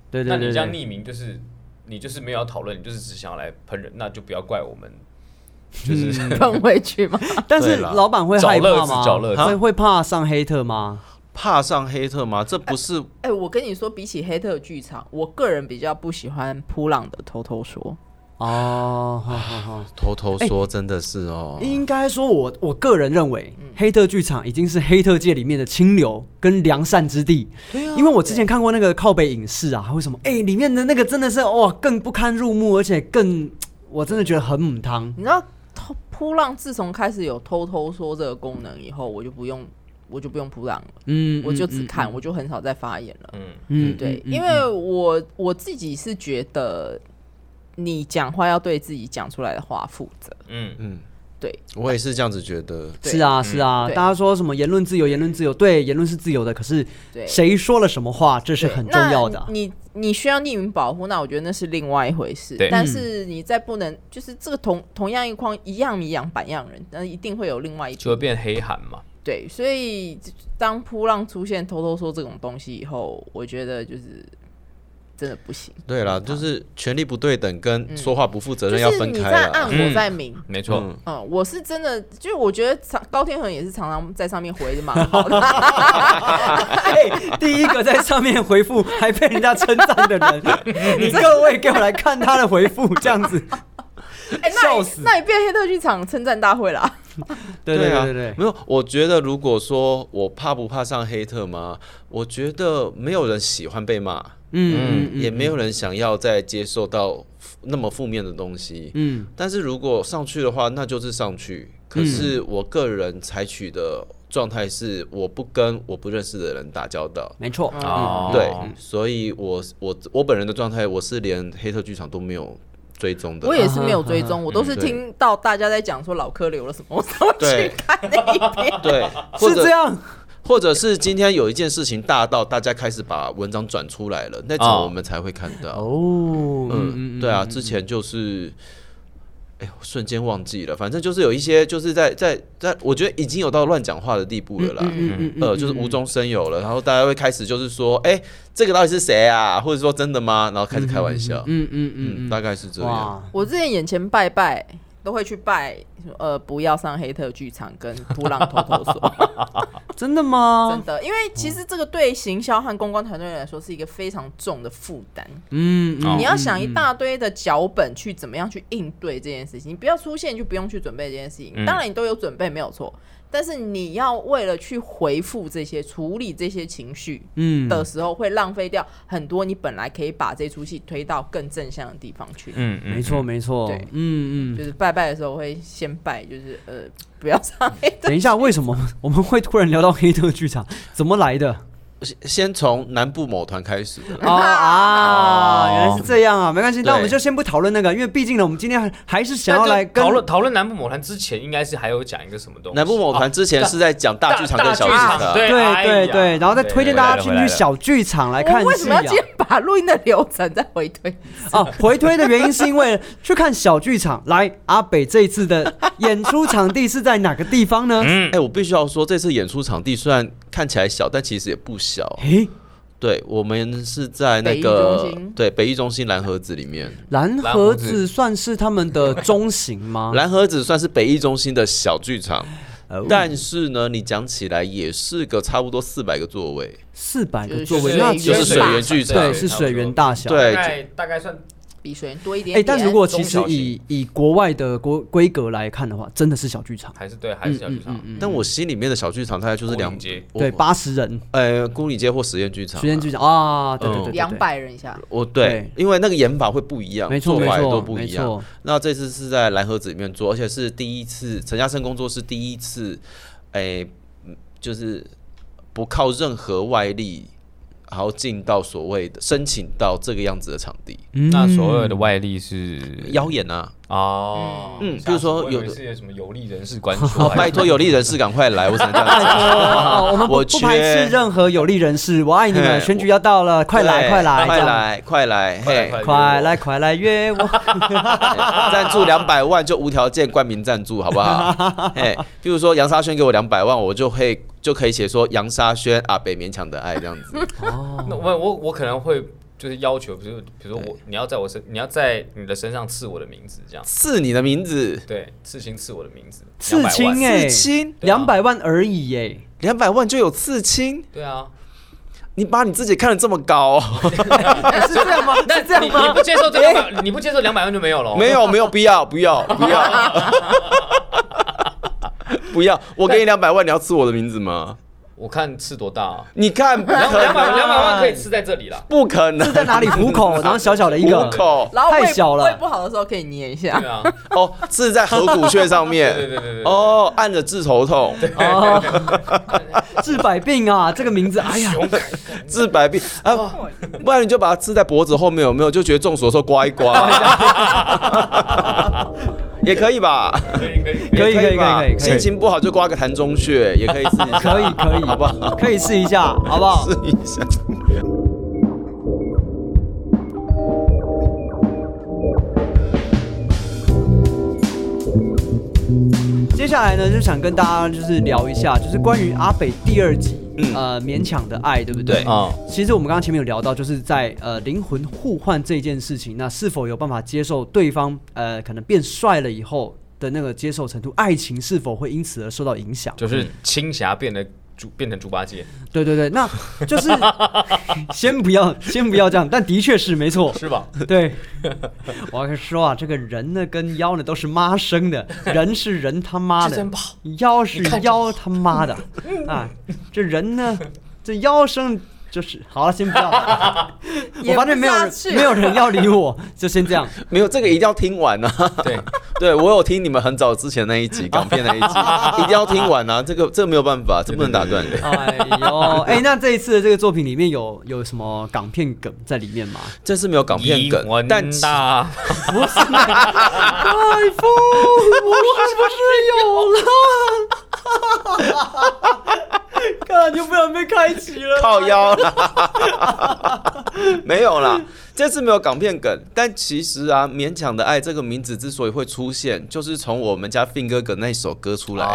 对， 那你这样匿名就是你就是没有要讨论，你就是只想要来喷人，那就不要怪我们，就是喷回去嘛。 但是老板会害怕吗？ 找乐子会怕上黑特吗？ 怕上黑特吗？这不是。 我跟你说，比起黑特剧场，我个人比较不喜欢扑浪的偷偷说。 哦， 偷偷说真的是哦。 应该说我个人认为，黑特剧场已经是黑特界里面的清流跟良善之地。对啊，因为我之前看过那个靠北影视啊，为什么？里面的那个真的是哇，更不堪入目，而且更我真的觉得很母汤。 你知道扑浪自从开始有偷偷说这个功能以后，我就不用扑浪了，我就只看，我就很少再发言了。对，因为我自己是觉得。你讲话要对自己讲出来的话负责。对， 我也是这样子觉得。 是啊，大家说什么言论自由，对，言论是自由的，可是谁说了什么话，这是很重要的。 你需要匿名保护，那我觉得那是另外一回事。但是你再不能，就是这个同样一框一样米养百样人，那一定会有另外一就会变黑函嘛。 对，所以当扑浪出现偷偷说这种东西以后，我觉得就是。真的不行。 对啦，就是权力不对等跟说话不负责任要分开啦。 就是你在暗，我在明。 没错。 我是真的，就是我觉得高天恒也是常常在上面回的蛮好的。 第一个在上面回复还被人家称赞的人，你各位给我来看他的回复，这样子。笑死！ 那你变黑特剧场称赞大会啦。 对， 没有。我觉得如果说我怕不怕上黑特吗？我觉得没有人喜欢被骂，也没有人想要再接受到那么负面的东西，但是如果上去的话，那就是上去。可是我个人采取的状态是，我不跟我不认识的人打交道。 没错， 对，所以我本人的状态，我是连黑特剧场都没有追踪的。 我也是没有追踪，我都是听到大家在讲说老柯留了什么，我才会去看那一篇。 对， 是这样。 或者是今天有一件事情大到大家开始把文章转出来了，那种我们才会看到。对啊，之前就是，我瞬间忘记了，反正就是有一些就是在，我觉得已经有到乱讲话的地步了啦。就是无中生有了，然后大家会开始就是说，这个到底是谁啊？或者说真的吗？然后开始开玩笑。大概是这样。 我之前眼前拜拜都会去拜，不要上黑特剧场跟扑浪偷偷说。 真的吗？ 真的，因为其实这个对行销和公关团队来说是一个非常重的负担。你要想一大堆的脚本去怎么样去应对这件事情，你不要出现就不用去准备这件事情。当然你都有准备没有错，但是你要为了去回复这些、处理这些情绪的时候，会浪费掉很多你本来可以把这出戏推到更正向的地方去。 没错没错。 对，就是拜拜的时候会先拜，就是不要上黑特。 等一下，为什么我们会突然聊到黑特剧场？怎么来的？ 先从南部某团开始的原来是这样啊，没关系，那我们就先不讨论那个，因为毕竟呢，我们今天还是想要来讨论南部某团之前，应该是还有讲一个什么东西。 南部某团之前是在讲大剧场跟小剧场的， 对，然后再推荐大家进去小剧场来看戏。 为什么要今天把录音的流程再回推？ 回推的原因是因为去看小剧场。来，阿北这一次的演出场地是在哪个地方呢？ 我必须要说，这次演出场地虽然看起来小，但其实也不小。对，我们是在那个北艺中心蓝盒子里面。 蓝盒子算是他们的中型吗？ 蓝盒子算是北艺中心的小剧场，但是呢，你讲起来也是个差不多400个座位 ，400个座位， 那就是水源剧场， 对，是水源大小， 对， 大概算。 比水源多一点点。 但如果其实以国外的规格来看的话，真的是小剧场， 还是小剧场。 但我心里面的小剧场大概就是对80人， 孤里街或实验剧场， 对 200人以下。 对，因为那个演法会不一样， 做法也都不一样。那这次是在蓝盒子里面做，而且是第一次，陈嘉生工作室第一次，就是不靠任何外力。然后进到所谓的申请到这个样子的场地， 那所谓的外力是邀演啊，比如说有什么有利人士关注， 拜托有利人士赶快来，我只能这样讲。 我们不排斥任何有利人士，我爱你们，选举要到了，快来，快来约我， 赞助200万就无条件冠名赞助，好不好？比如说杨沙宣给我200万，我就可以写说杨沙宣阿北勉强的爱这样子。 那我可能会就是要求，比如说你要在你的身上刺我的名字，这样刺你的名字， 对，刺青刺我的名字， 刺青刺青 200万而已耶 ，200万就有刺青？ 对啊。 你把你自己看得这么高、 是这样吗？是这样吗？ 你不接受这200，你不接受200万就没有了？ 没有，不要，不要，我给你200万，你要刺我的名字吗？ 我看刺多大啊？ 你看 200万可以刺在这里啦， 不可能， 刺在哪里？虎口，然后小小的一个虎口， 然后太小了， 胃不好的时候可以捏一下。 对啊， 哦，刺在合谷穴上面， 对， 哦，按着治头痛， 治百病啊，这个名字，哎呀， 治百病啊，不然你就把它刺在脖子后面，有没有？就觉得中暑的时候刮一刮，也可以吧？ 可以， 心情不好就刮个膻中穴，也可以试一下。 可以， 好不好？ 可以试一下，好不好？ 试一下。 接下来呢，就想跟大家就是聊一下，就是关于阿北第2集，勉强的爱，对不对？其实我们刚刚前面有聊到，就是在灵魂互换这件事情，那是否有办法接受对方可能变帅了以后的那个接受程度，爱情是否会因此而受到影响？ 就是青霞变成猪八戒。 对，那就是先不要这样，但的确是没错， 是吧？ 对，我跟你说啊，这个人呢跟妖呢都是妈生的，人是人他妈的，妖是妖他妈的啊，这人呢，这妖生。就是好了，先不要。我发现没有人要理我，就先这样。 没有这个一定要听完啊！对，我有听你们很早之前那一集港片那一集，一定要听完啊！这个没有办法，这不能打断的。 哎呦，那这一次的这个作品里面有什么港片梗在里面吗？ 这次没有港片梗，但不是。 海风，我是不是有了？看，就不想被开启了。 靠腰啦，没有啦，这次没有港片梗。但其实啊，勉强的爱这个名字之所以会出现，就是从我们家 Fin 哥哥那首歌出来的。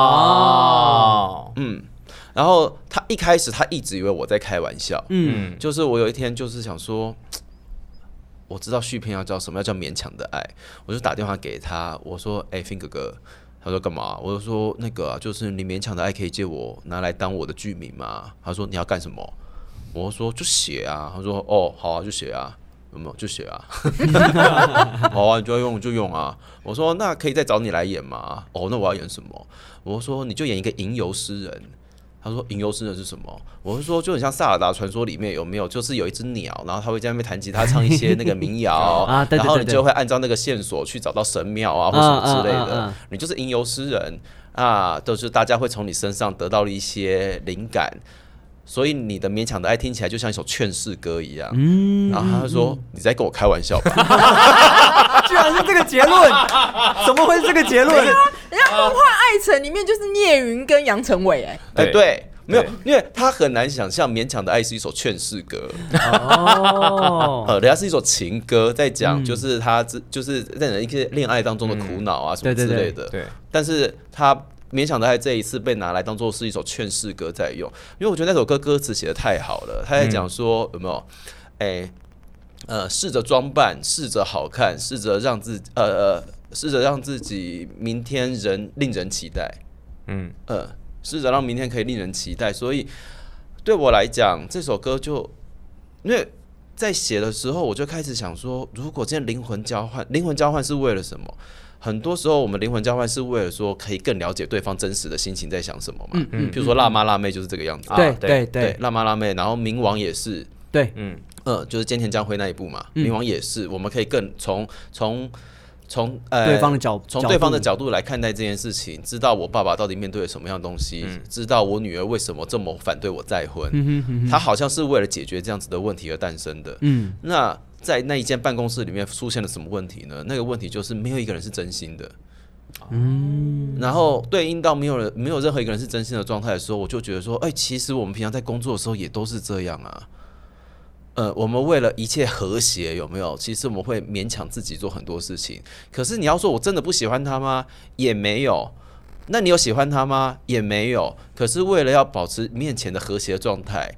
然后他一开始他一直以为我在开玩笑。就是我有一天就是想说，我知道续片要叫什么，要叫勉强的爱，我就打电话给他，我说，Fin 哥哥。他说干嘛？我就说那个就是你勉强的爱可以借我拿来当我的剧名吗？他说你要干什么？我说就写啊。他说哦好啊，就写啊，有没有就写啊？好啊，你就要用就用啊。我说那可以再找你来演吗？哦，那我要演什么？我说你就演一个吟游诗人。他说吟游诗人是什么？我是说就很像《萨尔达传说》里面有没有，就是有一只鸟，然后他会在那边弹吉他唱一些那个民谣然后你就会按照那个线索去找到神庙啊或什么之类的。你就是吟游诗人啊，都是大家会从你身上得到了一些灵感，所以你的勉强的爱听起来就像一首劝世歌一样。然后他就说你在跟我开玩笑吧？ 居然是这个结论，怎么会是这个结论？ 人家《梦幻爱城》里面就是聂云跟杨成伟对，没有，因为他很难想象勉强的爱是一首劝世歌人家是一首情歌，在讲就是他就是在一些恋爱当中的苦恼啊什么之类的。 对， 但是他勉强的爱这一次被拿来当做是一首劝世歌在用，因为我觉得那首歌歌词写得太好了，他在讲说有没有，试着装扮，试着好看，试着让自己明天令人期待，试着让明天可以令人期待。所以对我来讲，这首歌就因为在写的时候，我就开始想说，如果今天灵魂交换是为了什么？很多时候我们灵魂交换是为了说可以更了解对方真实的心情在想什么嘛。譬如说辣妈辣妹就是这个样子。 对， 辣妈辣妹，然后冥王也是。 对， 就是菅田将晖那一部嘛，冥王也是，我们可以更从对方的角度来看待这件事情，知道我爸爸到底面对了什么样的东西，知道我女儿为什么这么反对我再婚，他好像是为了解决这样子的问题而诞生的。那在那一间办公室里面出现了什么问题呢？那个问题就是没有一个人是真心的。然后对应到没有任何一个人是真心的状态的时候，我就觉得说，其实我们平常在工作的时候也都是这样啊。我们为了一切和谐，有没有？其实我们会勉强自己做很多事情。可是你要说我真的不喜欢他吗？也没有。那你有喜欢他吗？也没有。可是为了要保持面前的和谐状态，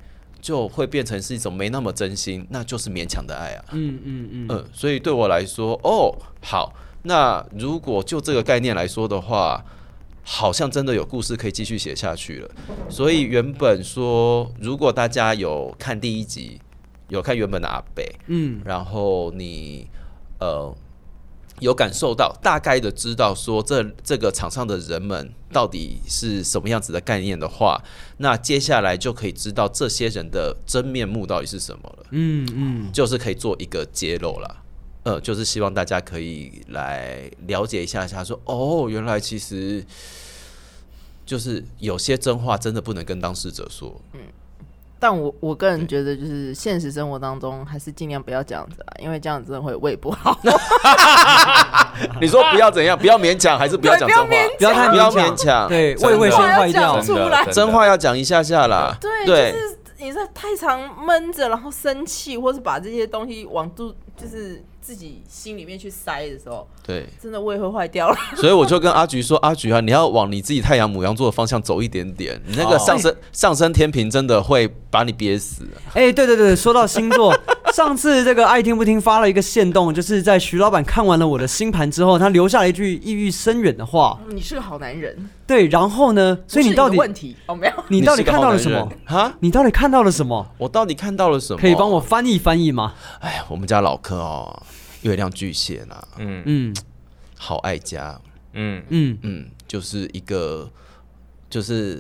就会变成是一种没那么真心，那就是勉强的爱啊。所以对我来说，好，那如果就这个概念来说的话，好像真的有故事可以继续写下去了。所以原本说，如果大家有看第一集，有看原本的阿北，然后你有感受到，大概的知道说这个场上的人们到底是什么样子的概念的话，那接下来就可以知道这些人的真面目到底是什么了。就是可以做一个揭露啦。就是希望大家可以来了解一下，说原来其实就是有些真话真的不能跟当事者说。 但我个人觉得，就是现实生活当中还是尽量不要这样子啦，因为这样子真的会胃不好。 你说不要怎样，不要勉强，还是不要讲真话？ 不要太勉强， 对，胃先坏掉。 真话要讲一下下啦。 对，就是你在太常闷着，然后生气，或是把这些东西往就是自己心里面去塞的时候， 对， 真的胃会坏掉了。所以我就跟阿菊说，阿菊啊，你要往你自己太阳牡羊座的方向走一点点，你那个上升天平真的会把你憋死。 对，说到星座，上次这个爱听不听发了一个限动，就是在徐老板看完了我的星盘之后，他留下了一句意欲深远的话： 你是个好男人。 对，然后呢？所以你到底问题没有？ 你到底看到了什么？你到底看到了什么？ 我到底看到了什么？ 可以帮我翻译吗？ 我们家老柯月亮巨蟹啦，好爱家，就是一个，就是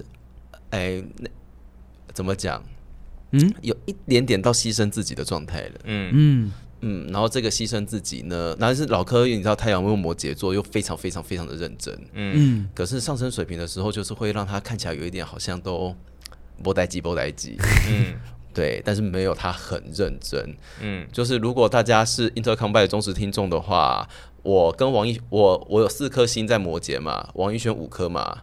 怎么讲？有一点点到牺牲自己的状态了，然后这个牺牲自己呢，但是老柯你知道太阳摩羯座又非常非常非常的认真，可是上升水瓶的时候，就是会让他看起来有一点好像都没代志，对，但是没有他很认真，就是如果大家是 Intercom 的忠实听众的话，我跟我有4颗星在摩羯嘛，王一轩5颗嘛，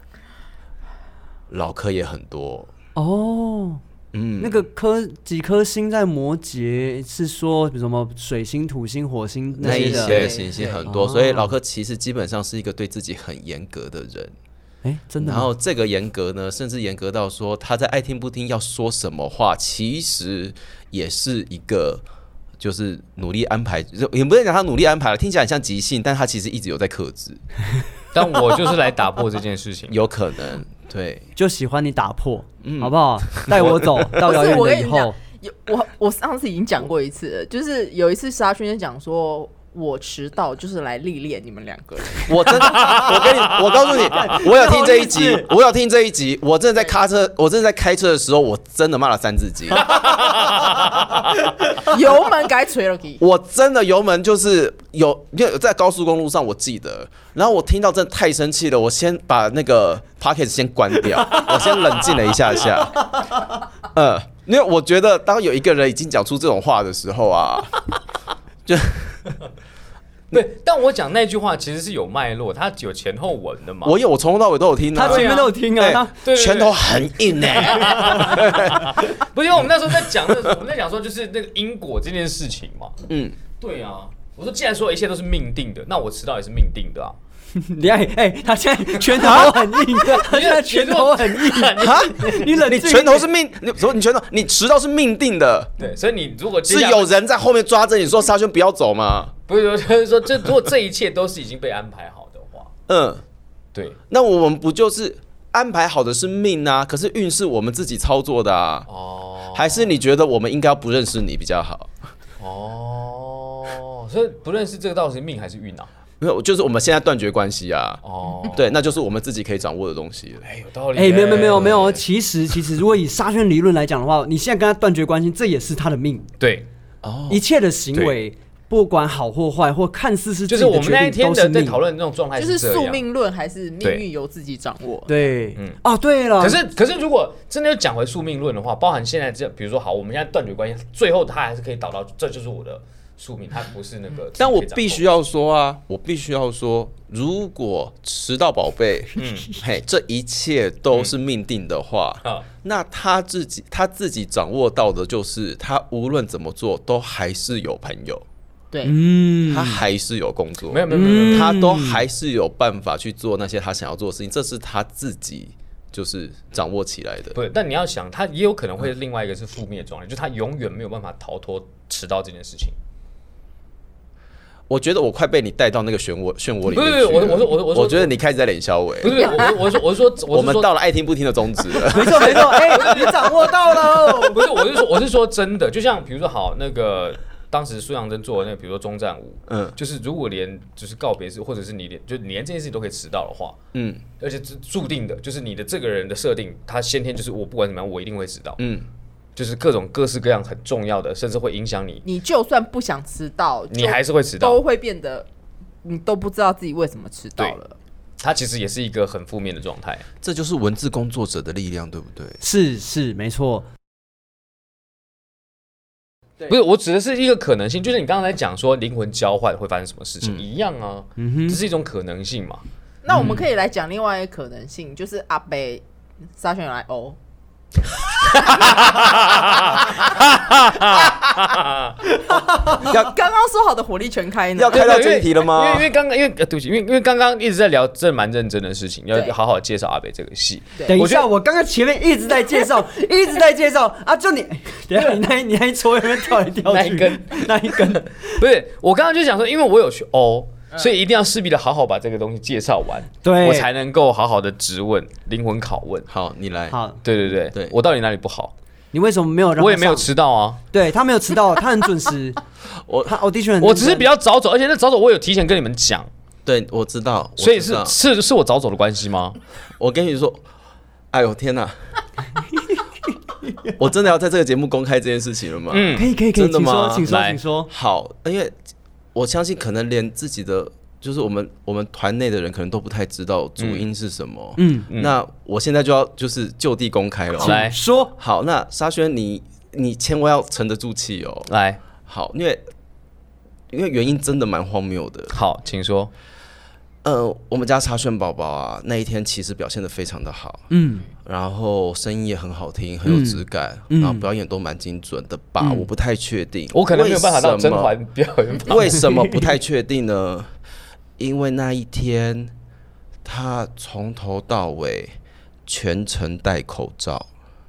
老柯也很多那个几颗星在摩羯是说什么水星、土星、火星那一些行星很多，所以老柯其实基本上是一个对自己很严格的人。 真的吗？ 然后这个严格呢，甚至严格到说他在爱听不听要说什么话，其实也是一个就是努力安排，也不能讲他努力安排了，听起来很像即兴，但他其实一直有在克制。 但我就是来打破这件事情， 有可能。对， 就喜欢你打破，好不好？带我走到遥远的以后。 我上次已经讲过一次了，就是有一次沙宣讲说，我迟到就是来历练你们2个人。 我真的，我告诉你，我有听这一集，我真的在开车的时候，我真的骂了3字经。 油门该吹了， 我真的油门就是因为在高速公路上，我记得，然后我听到真的太生气了，我先把那个 Podcast 先关掉，我先冷静了一下，因为我觉得当有一个人已经讲出这种话的时候啊，就。 对，但我讲那句话其实是有脉络，它有前后文的嘛。 我从头到尾都有听他前面都有听啊， 对， 拳头很硬不是因为我们那时候在讲我们在讲说就是那个因果这件事情嘛。对啊，我说既然说一切都是命定的，那我迟到也是命定的啊。 他现在拳头很硬，他现在拳头很硬你拳头是命，你拳头你迟到是命定的。 对，所以你如果是有人在后面抓着你说沙宣不要走吗？ 不是，就是说如果这一切都是已经被安排好的话，对， 那我们不就是安排好的是命啊？可是运是我们自己操作的啊。还是你觉得我们应该不认识你比较好？ 所以不认识这个到底是命还是运啊？ 没有，就是我们现在断绝关系啊。对，那就是我们自己可以掌握的东西了。 有道理。 没有，其实如果以沙宣理论来讲的话，你现在跟他断绝关系，这也是他的命。 对， 一切的行为，不管好或坏，或看似是自己的决定， 就是我们那一天的在讨论那种状态， 就是宿命论还是命运由自己掌握？ 对，对了。 可是如果真的要讲回宿命论的话，包含现在比如说好，我们现在断绝关系，最后他还是可以导到这就是我的宿命，它不是那个。 但我必须要说，如果迟到宝贝，这一切都是命定的话，那他自己掌握到的就是他无论怎么做都还是有朋友。 对， 他还是有工作， 没有， 他都还是有办法去做那些他想要做的事情，这是他自己就是掌握起来的。 不，但你要想，他也有可能会另外一个是负面状态，就是他永远没有办法逃脱迟到这件事情。 我觉得我快被你带到那个漩涡里面去了。 不是，我觉得你开始在冷笑伟。 不是，我说， 我们到了爱听不听的宗旨了。 没错，你掌握到了。 不是，我是说真的，就像比如说好那个。当时苏阳真做的那个，比如说终战舞，就是如果连就是告别式，或者是你连这件事情都可以迟到的话，而且注定的就是你的这个人的设定，他先天就是我不管怎么样，我一定会迟到，就是各式各样很重要的，甚至会影响你。 你就算不想迟到， 你还是会迟到， 都会变得你都不知道自己为什么迟到了。 它其实也是一个很负面的状态， 这就是文字工作者的力量，对不对？ 是，没错。 不是，我指的是一个可能性，就是你刚才讲说灵魂交换会发生什么事情，一样啊，这是一种可能性嘛。 那我们可以来讲另外一个可能性，就是阿北沙宣来欧。刚刚说好的火力全开呢？ 要开到这一题了吗？ 因为对不起，因为刚刚一直在聊这蛮认真的事情，要好好介绍阿北这个戏。 等一下，我刚刚前面一直在介绍啊，就你，等一下你那一撮有没有跳来跳去？那一根不是，我刚刚就想说，因为我有去欧。所以一定要势必的好好把这个东西介绍完， 对， 我才能够好好的质问、灵魂拷问。 好，你来。 好， 对，我到底哪里不好？ 你为什么没有让？ 我也没有迟到啊。 对他没有迟到，他很准时。他 audition， 我只是比较早走，而且那早走我有提前跟你们讲。 对，我知道。 所以是我早走的关系吗？ 我跟你说，哎呦天哪！我真的要在这个节目公开这件事情了吗？ 可以， 真的吗？ 请说。 好，因为我相信可能连自己的就是我们团内的人可能都不太知道主因是什么。那我现在就要就是就地公开了。 来说。 好，那沙宣你千万要沉得住气哦。 来， 好，因为原因真的蛮荒谬的。 好，请说。 我们家沙宣宝宝啊，那一天其实表现得非常的好，然后声音也很好听，很有质感，然后表演都蛮精准的吧？我不太确定， 我可能没有办法到甄嬛表演吧。 为什么不太确定呢？因为那一天他从头到尾全程戴口罩。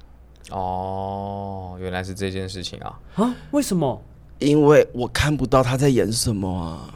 哦，原来是这件事情啊！ 啊？为什么？ 因为我看不到他在演什么啊。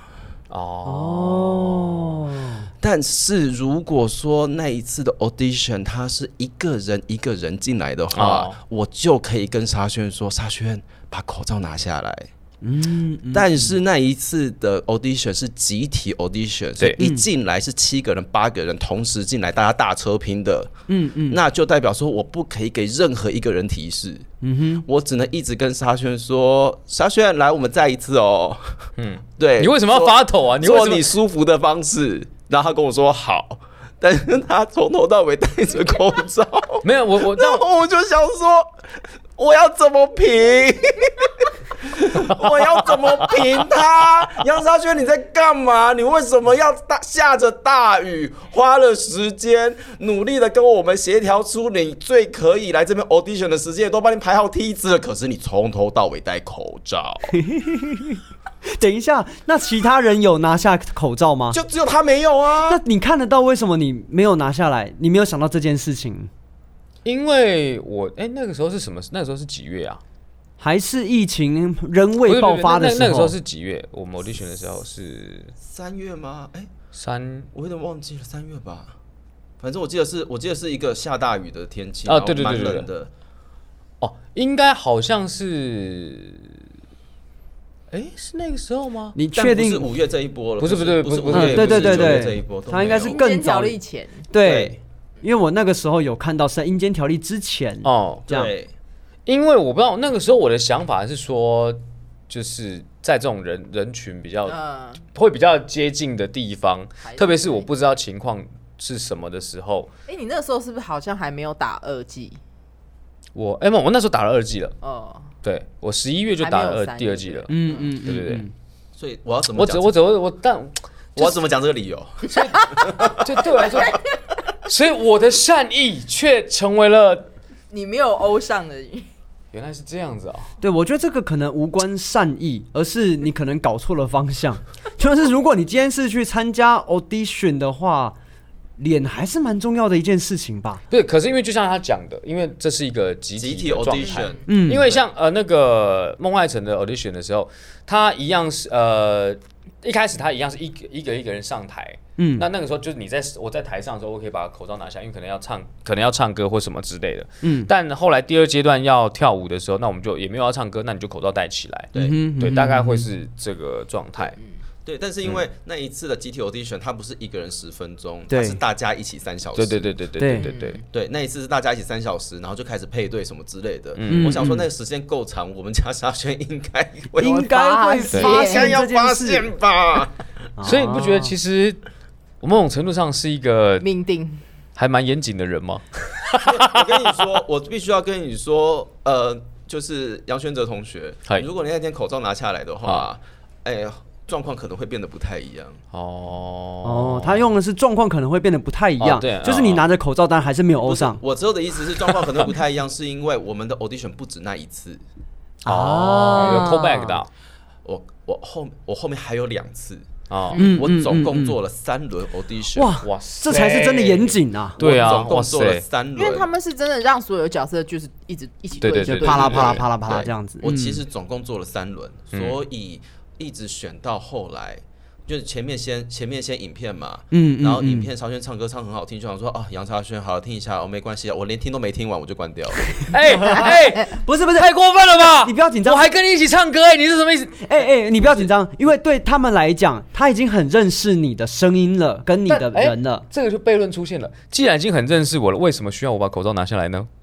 但是如果说那一次的 audition 他是一个人进来的话，我就可以跟沙宣说，沙宣把口罩拿下来。但是那一次的 audition 是集体 audition， 所以一进来是7个人8个人同时进来，大家大车拼的。那就代表说我不可以给任何一个人提示。我只能一直跟沙宣说，沙宣来，我们再一次哦。对， 你为什么要发抖啊？ 做你舒服的方式。然后他跟我说好，但是他从头到尾戴着口罩。 没有我， 然后我就想说，我要怎么评？我要怎么评他？杨沙宣，你在干嘛？你为什么要下着大雨，花了时间，努力的跟我们协调出你最可以来这边 audition 的时间，都帮你排好梯子了，可是你从头到尾戴口罩。 等一下，那其他人有拿下口罩吗？ 就只有他没有啊。 那你看得到为什么你没有拿下来？你没有想到这件事情？ 因为我那个时候是什么？那个时候是几月啊？ 还是疫情仍未爆发的时候？ 那个时候是几月？我们 audition 的时候是 3月吗？我有点忘记了，3月吧。反正我记得是一个下大雨的天气， 对， 蛮冷的。 应该好像是。是那个时候吗？ 你确定不是5月这一波了？ 不是对， 这一波， 他应该是更早条例前。 对，因为我那个时候有看到是在阴间条例之前这样。 对， 因为我不知道那个时候我的想法是说，就是在这种人群比较会比较接近的地方，特别是我不知道情况是什么的时候。 你那个时候是不是好像还没有打2剂？ 我那时候打了2剂了。对，我11月就打了第2剂了。对。 所以我要怎么讲？我要怎么讲这个理由？ 就对我来说，所以我的善意却成为了你没有欧上的。 原来是这样子啊！ 对，我觉得这个可能无关善意，而是你可能搞错了方向。就是如果你今天是去参加 audition 的话， 脸还是蛮重要的一件事情吧？ 对，可是因为就像他讲的，因为这是一个集体的状态， audition， 因为像那个孟爱成的 audition 的时候，他一样是一开始他一样是一个人上台，那个时候就是我在台上的时候，我可以把口罩拿下，因为可能要唱歌或什么之类的，但后来第二阶段要跳舞的时候，那我们就也没有要唱歌，那你就口罩戴起来，对，大概会是这个状态。 对，但是因为那一次的集体 audition， 它不是一个人10分钟，它是大家一起3小时。对，那一次是大家一起3小时，然后就开始配对什么之类的。我想说那个时间够长，我们家沙宣应该会发现要发现吧。 所以你不觉得其实我某种程度上是一个命定还蛮严谨的人吗？ 我跟你说，我必须要跟你说，就是杨轩哲同学，如果你那天口罩拿下来的话，状况可能会变得不太一样。 他用的是状况可能会变得不太一样，就是你拿着口罩，但还是没有欧上。 我之后的意思是状况可能不太一样，是因为我们的 audition 不止那一次。 有 callback 的。 我后面还有2次。我总共做了3轮 audition。 哇，这才是真的严谨啊！ 对啊， 我总共做了3轮， 因为他们是真的让所有角色就是一起对， 就啪啦啪啦啪啦啪啦这样子。 我其实总共做了3轮，所以一直选到后来，就是前面先影片嘛，然后影片曹轩唱歌唱很好听，就想说杨曹轩好听一下，没关系啊，我连听都没听完我就关掉了。 不是太过分了吧？ 你不要紧张， 我还跟你一起唱歌你是什么意思？ 你不要紧张，因为对他们来讲，他已经很认识你的声音了，跟你的人了。 这个就悖论出现了，既然已经很认识我了，为什么需要我把口罩拿下来呢？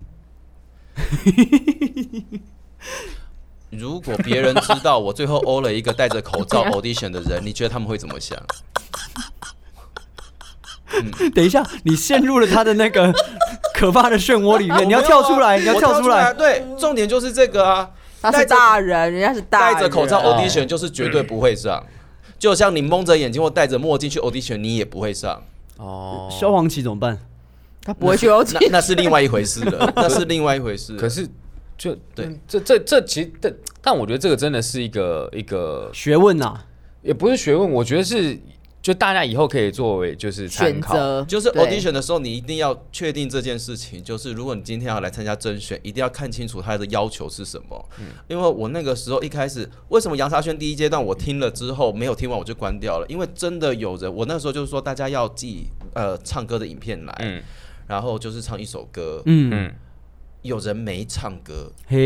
如果别人知道我最后欧了一个戴着口罩 audition 的人，你觉得他们会怎么想？ 等一下，你陷入了他的那个可怕的漩涡里面，你要跳出来，你要跳出来。 对，重点就是这个啊。 他是大人，人家是大人， 戴着口罩 audition 就是绝对不会上。就像你蒙着眼睛或戴着墨镜去 audition， 你也不会上。 萧煌奇怎么办？ 他不会去 audition， 那是另外一回事了，那是另外一回事。 可是。就对， 这其实，但我觉得这个真的是一个学问啊， 也不是学问，我觉得是就大家以后可以作为就是参考， 就是 audition 的时候，你一定要确定这件事情，就是如果你今天要来参加甄选，一定要看清楚他的要求是什么。因为我那个时候一开始，为什么杨沙宣第一阶段我听了之后没有听完我就关掉了？因为真的有人，我那时候就是说大家要寄唱歌的影片来，然后就是唱一首歌，有人没唱歌，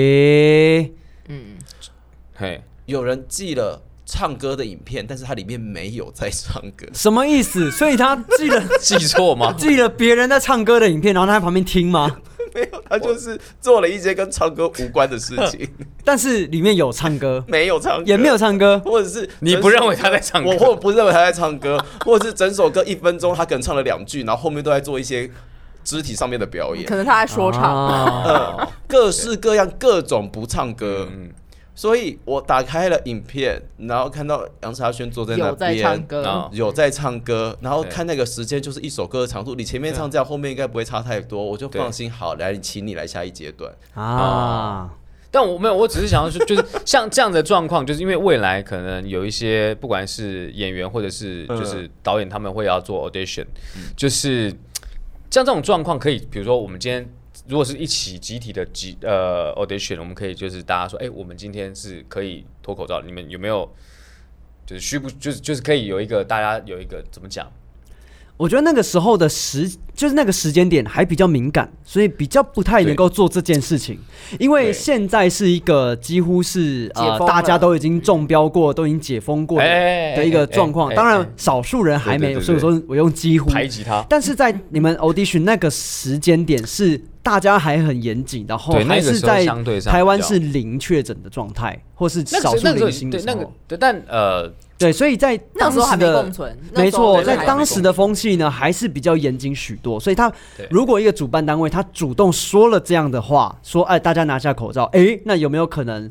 有人寄了唱歌的影片，但是它里面没有在唱歌， 什么意思？所以他记错吗？ 寄了别人在唱歌的影片，然后他在旁边听吗？ 没有，他就是做了一些跟唱歌无关的事情， 但是里面有唱歌， 没有唱歌， 也没有唱歌， 或者是你不认为他在唱歌， 我不认为他在唱歌，或者是整首歌1分钟，他可能唱了2句，然后后面都在做一些肢体上面的表演， 可能他在说唱， 各式各样各种不唱歌，所以我打开了影片，然后看到杨茶轩坐在那边有在唱歌，然后看那个时间就是一首歌的长度，你前面唱这样，后面应该不会差太多，我就放心好，来，请你来下一阶段啊。 但我没有，我只是想要说，就是像这样的状况，就是因为未来可能有一些不管是演员或者是就是导演，他们会要做 audition，就是像这种状况可以，比如说我们今天如果是一起集体的audition， 我们可以就是大家说，我们今天是可以脱口罩，你们有没有就是就是可以有一个大家有一个怎么讲？ 我觉得那个时候的就是那个时间点还比较敏感，所以比较不太能够做这件事情。因为现在是一个几乎是大家都已经中标过、都已经解封过的一个状况。当然，少数人还没有，所以说我用几乎排挤他。 但是在你们 audition 那个时间点是大家还很严谨，然后还是在台湾是零确诊的状态，或是少数零星的时候。 但对，所以在当时的那时候还没共存， 没错，在当时的风气呢，还是比较严谨许多。所以他如果一个主办单位他主动说了这样的话，说大家拿下口罩，那有没有可能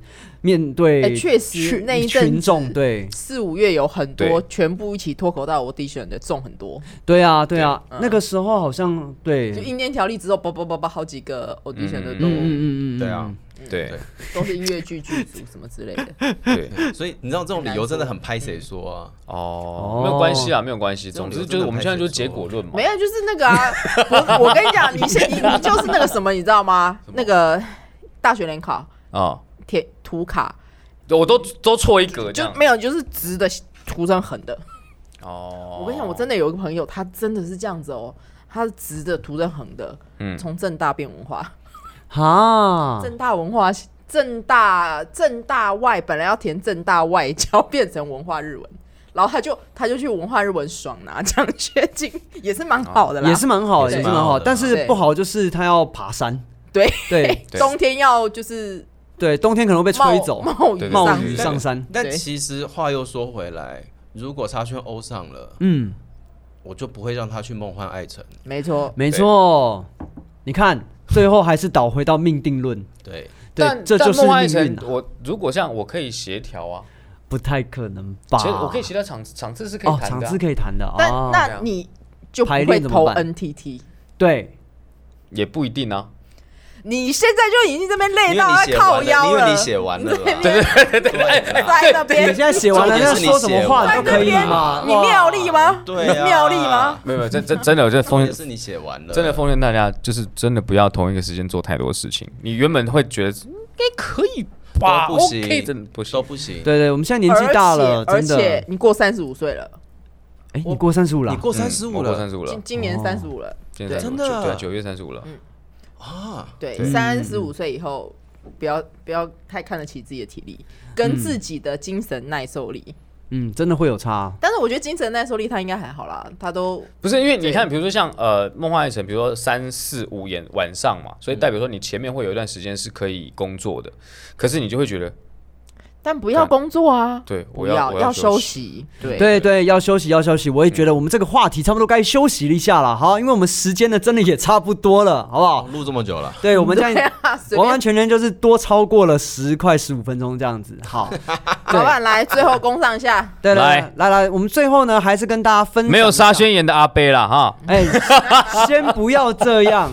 面对确实那一阵群众，对 4、5月有很多对全部一起脱口到 audition 的中很多， 对啊，那个时候好像对， 就应天条例之后，好几个 audition 的都对啊， 对， 都是音乐剧剧组什么之类的。 对， 所以你知道这种理由真的很拍谁说啊？ 没有关系啊，没有关系。 这种总之就是我们现在就是结果论嘛。 没有，就是那个啊，我跟你讲，你就是那个什么，你知道吗？那个大学联考啊， 图卡， 我都错一格这样。 就没有，就是直的涂成横的。 哦， 我跟你讲，我真的有一个朋友，他真的是这样子哦，他是直的涂成横的，从正大变文化，正大文化。正大外本来要填正大外交，变成文化日文，然后他就去文化日文爽拿奖学金，也是蛮好的啦， 也是蛮好，也是蛮好。但是不好就是他要爬山， 对， 对冬天要就是对，冬天可能会被吹走，冒雨上山。 但其实话又说回来，如果他去欧上了，我就不会让他去梦幻爱城。 没错， 没错。你看，最后还是倒回到命定论。 对。 但这就是梦幻爱城命运。 我如果像我可以协调啊， 不太可能吧？ 其实我可以协调场次是可以谈的， 场次可以谈的。 那你就不会投 NTT？ 对， 也不一定啊。 你现在就已经这边累到要靠腰了， 因为你写完了， 对， 在那边， 你现在写完了，那说什么话都可以嘛？ 你妙丽吗？ 对， 妙丽吗？ 没有，真的，我这奉劝是你写完了， 真的奉劝大家，就是真的不要同一个时间做太多事情。你原本会觉得应该可以吧， 都不行， OK， 真的不行， 都不行。 对，我们现在年纪大了， 而且你过35岁了。 哎，你过35了？ 你过35了， 过35了， 今年35了， 真的对，9月35了。 对，35岁以后，不要太看得起自己的体力，跟自己的精神耐受力。 真的会有差。 但是我觉得精神耐受力他应该还好啦，他都不是因为你看，比如说像梦幻爱城，比如说3、4、5晚上嘛，所以代表说你前面会有一段时间是可以工作的，可是你就会觉得。 但不要工作啊！ 对， 我要休息。 对，要休息。我也觉得我们这个话题差不多该休息一下了。好，因为我们时间呢真的也差不多了，好不好？ 录这么久了， 对，我们这样完完全全就是多超过了快15分钟这样子。好， 老板来，最后攻上一下。 对，来，我们最后呢还是跟大家分享没有杀宣言的阿贝啦哈。 先不要这样，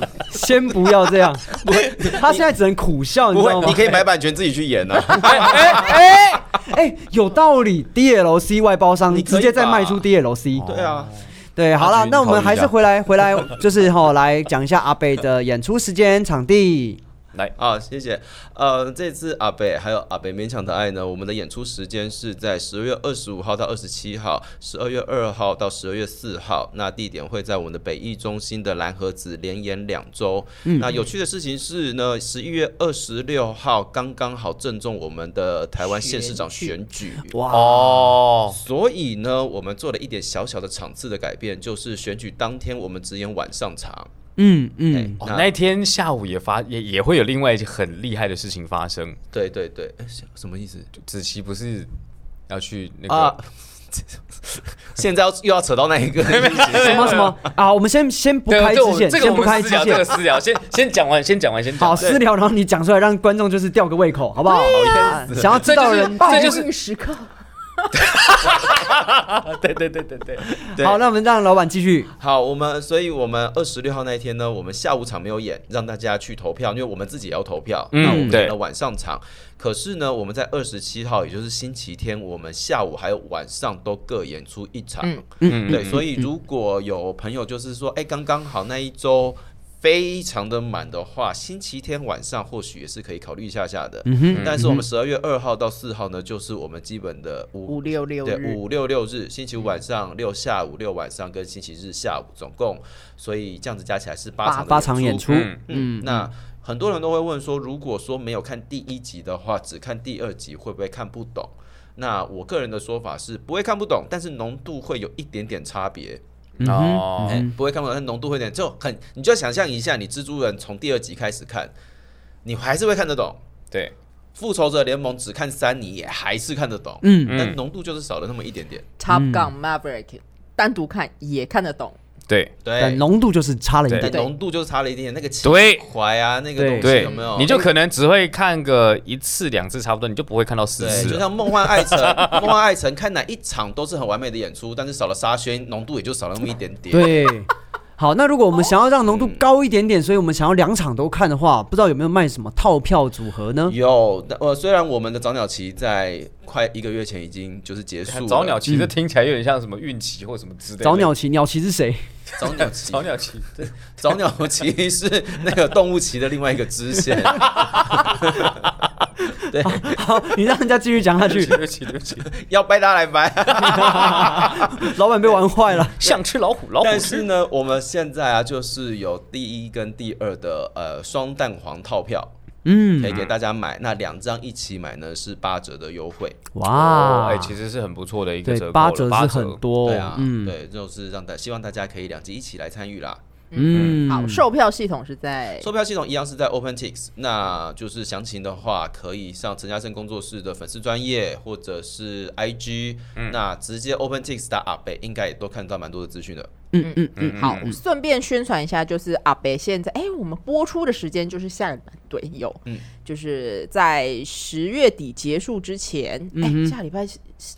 他现在只能苦笑，你知道吗？ 你可以买版权自己去演啊。 有道理 ，DLC 外包商直接再卖出 DLC。 对啊， 对，好了，那我们还是回来，就是来讲一下阿北的演出时间、场地。 来啊，谢谢。这次阿北还有阿北勉强的爱呢，我们的演出时间是在12月25号到27号，12月2号到12月4号。那地点会在我们的北艺中心的蓝盒子，连演2周。那有趣的事情是呢，11月26号刚刚好正中我们的台湾县市长选举。 哇所以呢，我们做了一点小小的场次的改变，就是选举当天我们只演晚上场。 那一天下午也会有另外一件很厉害的事情发生。 对，什么意思？ 子琪不是要去那个？ 现在又要扯到那一个什么啊？我们先不开支线，先不开支线， 这个私聊，先讲完。 好，私聊，然后你讲出来，让观众就是吊个胃口，好不好？想要知道人， 这就是时刻。 对。 好，那我们让老板继续。 好，所以我们26号那一天呢，我们下午场没有演，让大家去投票，因为我们自己也要投票。那我们演了晚上场，可是呢，我们在27号，也就是星期天，我们下午还有晚上都各演出1场。对，所以如果有朋友就是说，刚刚好那一周非常的满的话，星期天晚上或许也是可以考虑一下的。但是我们12月2号到4号呢，就是我们基本的566日，星期五晚上、6下午、6晚上跟星期日下午，总共，所以这样子加起来是8场演出。那很多人都会问说，如果说没有看第1集的话，只看第2集会不会看不懂？那我个人的说法是不会看不懂，但是浓度会有一点点差别。不会看不懂，但浓度会有点你就想象一下，你蜘蛛人从第2集开始看，你还是会看得懂。 对， 复仇者联盟只看3，你也还是看得懂。但浓度就是少了那么一点点。 Top Gun Maverick 单独看也看得懂， 对， 但浓度就是差了一但点。 浓度就是差了一点，那个对怀啊，那个东西对有没有？ 你就可能只会看个1次2次差不多，你就不会看到4次了。 就像梦幻爱城，梦幻爱城看哪一场都是很完美的演出，但是少了沙宣，浓度也就少了那么一点点。 对。好，那如果我们想要让浓度高一点点，所以我们想要2场都看的话，不知道有没有卖什么套票组合呢？ 有，虽然我们的早鸟期在快1个月前已经就是结束了。 早鸟期这听起来有点像什么孕期或什么之类的。 早鸟期，鸟期是谁？ 早鸟期， 早鸟期， 对，早鸟期是那个动物期的另外一个支线。对， 好，你让人家继续讲下去。 对不起， 要掰大家来掰。 老板被玩坏了， 像吃老虎，老虎但是呢，我们现在啊，就是有第1跟第2的双蛋黄套票，可以给大家买。那2张一起买呢是8折的优惠。 哇， 其实是很不错的一个对折扣了， 8折是很多。 对啊，对，就是希望大家可以2集一起来参与啦。 好，售票系统是在售票系统一样是在 OpenTix， 那就是详情的话可以上陈嘉生工作室的粉丝专页或者是 IG，那直接 OpenTix 打阿北应该也都看到蛮多的资讯的。 好，顺便宣传一下，就是阿北现在，我们播出的时间就是下礼拜，对，就是在10月底结束之前，下礼拜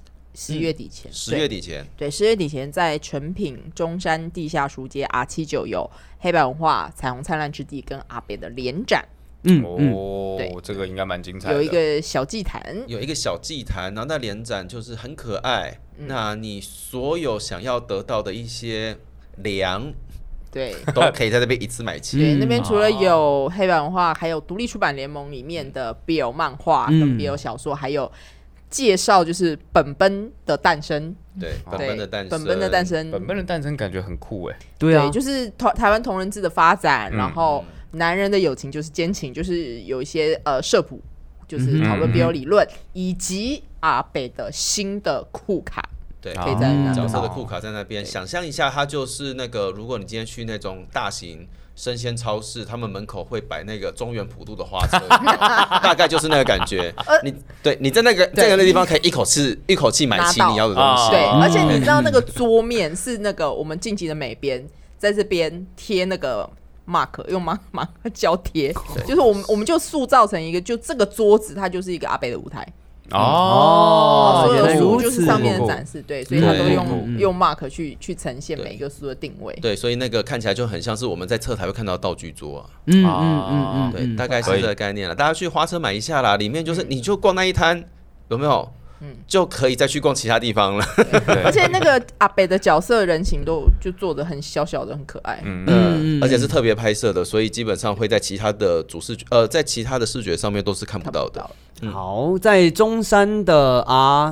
10月底前 ，10月底前， 对，10月底前在诚品中山地下书街 R79有黑白文化、彩虹灿烂之地跟阿北的联展。 对，这个应该蛮精彩的。 有一个小祭坛， 然后那联展就是很可爱。那你所有想要得到的一些粮， 对， 都可以在这边一次买齐。 对，那边除了有黑白文化，还有独立出版联盟里面的 BL 漫画跟 BL 小说，还有介绍就是本本的诞生。 对，本本的诞生感觉很酷哎。 对啊， 就是台湾同人志的发展，然后男人的友情就是奸情，就是有一些社谱，就是讨论 BL 理论，以及阿北的新的库卡。 对， 可以在那角色的库卡在那边，想象一下，它就是那个，如果你今天去那种大型生鲜超市，他们门口会摆那个中原普渡的花车，大概就是那个感觉。你在那个地方可以一口气买齐你要的东西。 对，而且你知道那个桌面是那个我们晋级的美编在这边贴那个 mark， 用 mark 胶贴，就是我们就塑造成一个，就这个桌子它就是一个阿北的舞台。所有的书就是上面的展示，对，所以他都用 mark 去呈现每一个书的定位。 对，所以那个看起来就很像是我们在侧台会看到的道具桌啊。对，大概是这个概念了。大家去花车买一下啦，里面就是你就逛那一摊，有没有？就可以再去逛其他地方了。 而且那个阿北的角色人形都就做的很小小的，很可爱。 而且是特别拍摄的，所以基本上会在其他的在其他的视觉上面都是看不到的。 好，在中山的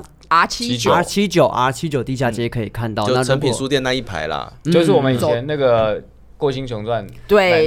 R79地下街可以看到， 就诚品书店那一排啦， 就是我们以前那个《过星雄传》 对。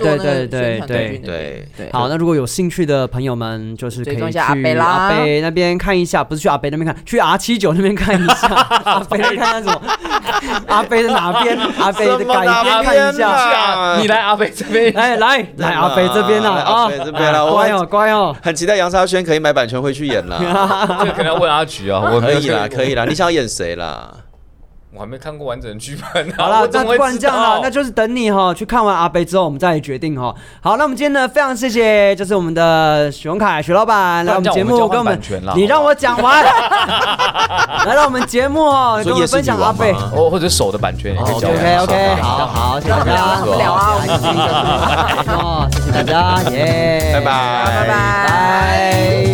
好，那如果有兴趣的朋友们，就是可以去阿北那边看一下，不是去阿北那边看，去 R79那边看一下。阿北在看什么？阿北的哪边？阿北的改编看一下。 你来阿北这边， 来阿北这边啊！ 阿北这边啦， 乖哦， 很期待杨沙宣可以买版权回去演啦。 这个可能要问阿菊啊， 我可以啦，你想要演谁啦？ 我还没看过完整的剧本。 好了，那不然这样了，那就是等你去看完阿北之后，我们再来决定。好，那我们今天呢，非常谢谢，就是我们的许荣凯许老板来我们节目跟我们，你让我讲完，来到我们节目跟我们分享阿北， 或者手的版权。 OK， 好，谢谢大家， 我们聊啊， 谢谢大家，耶， 拜拜。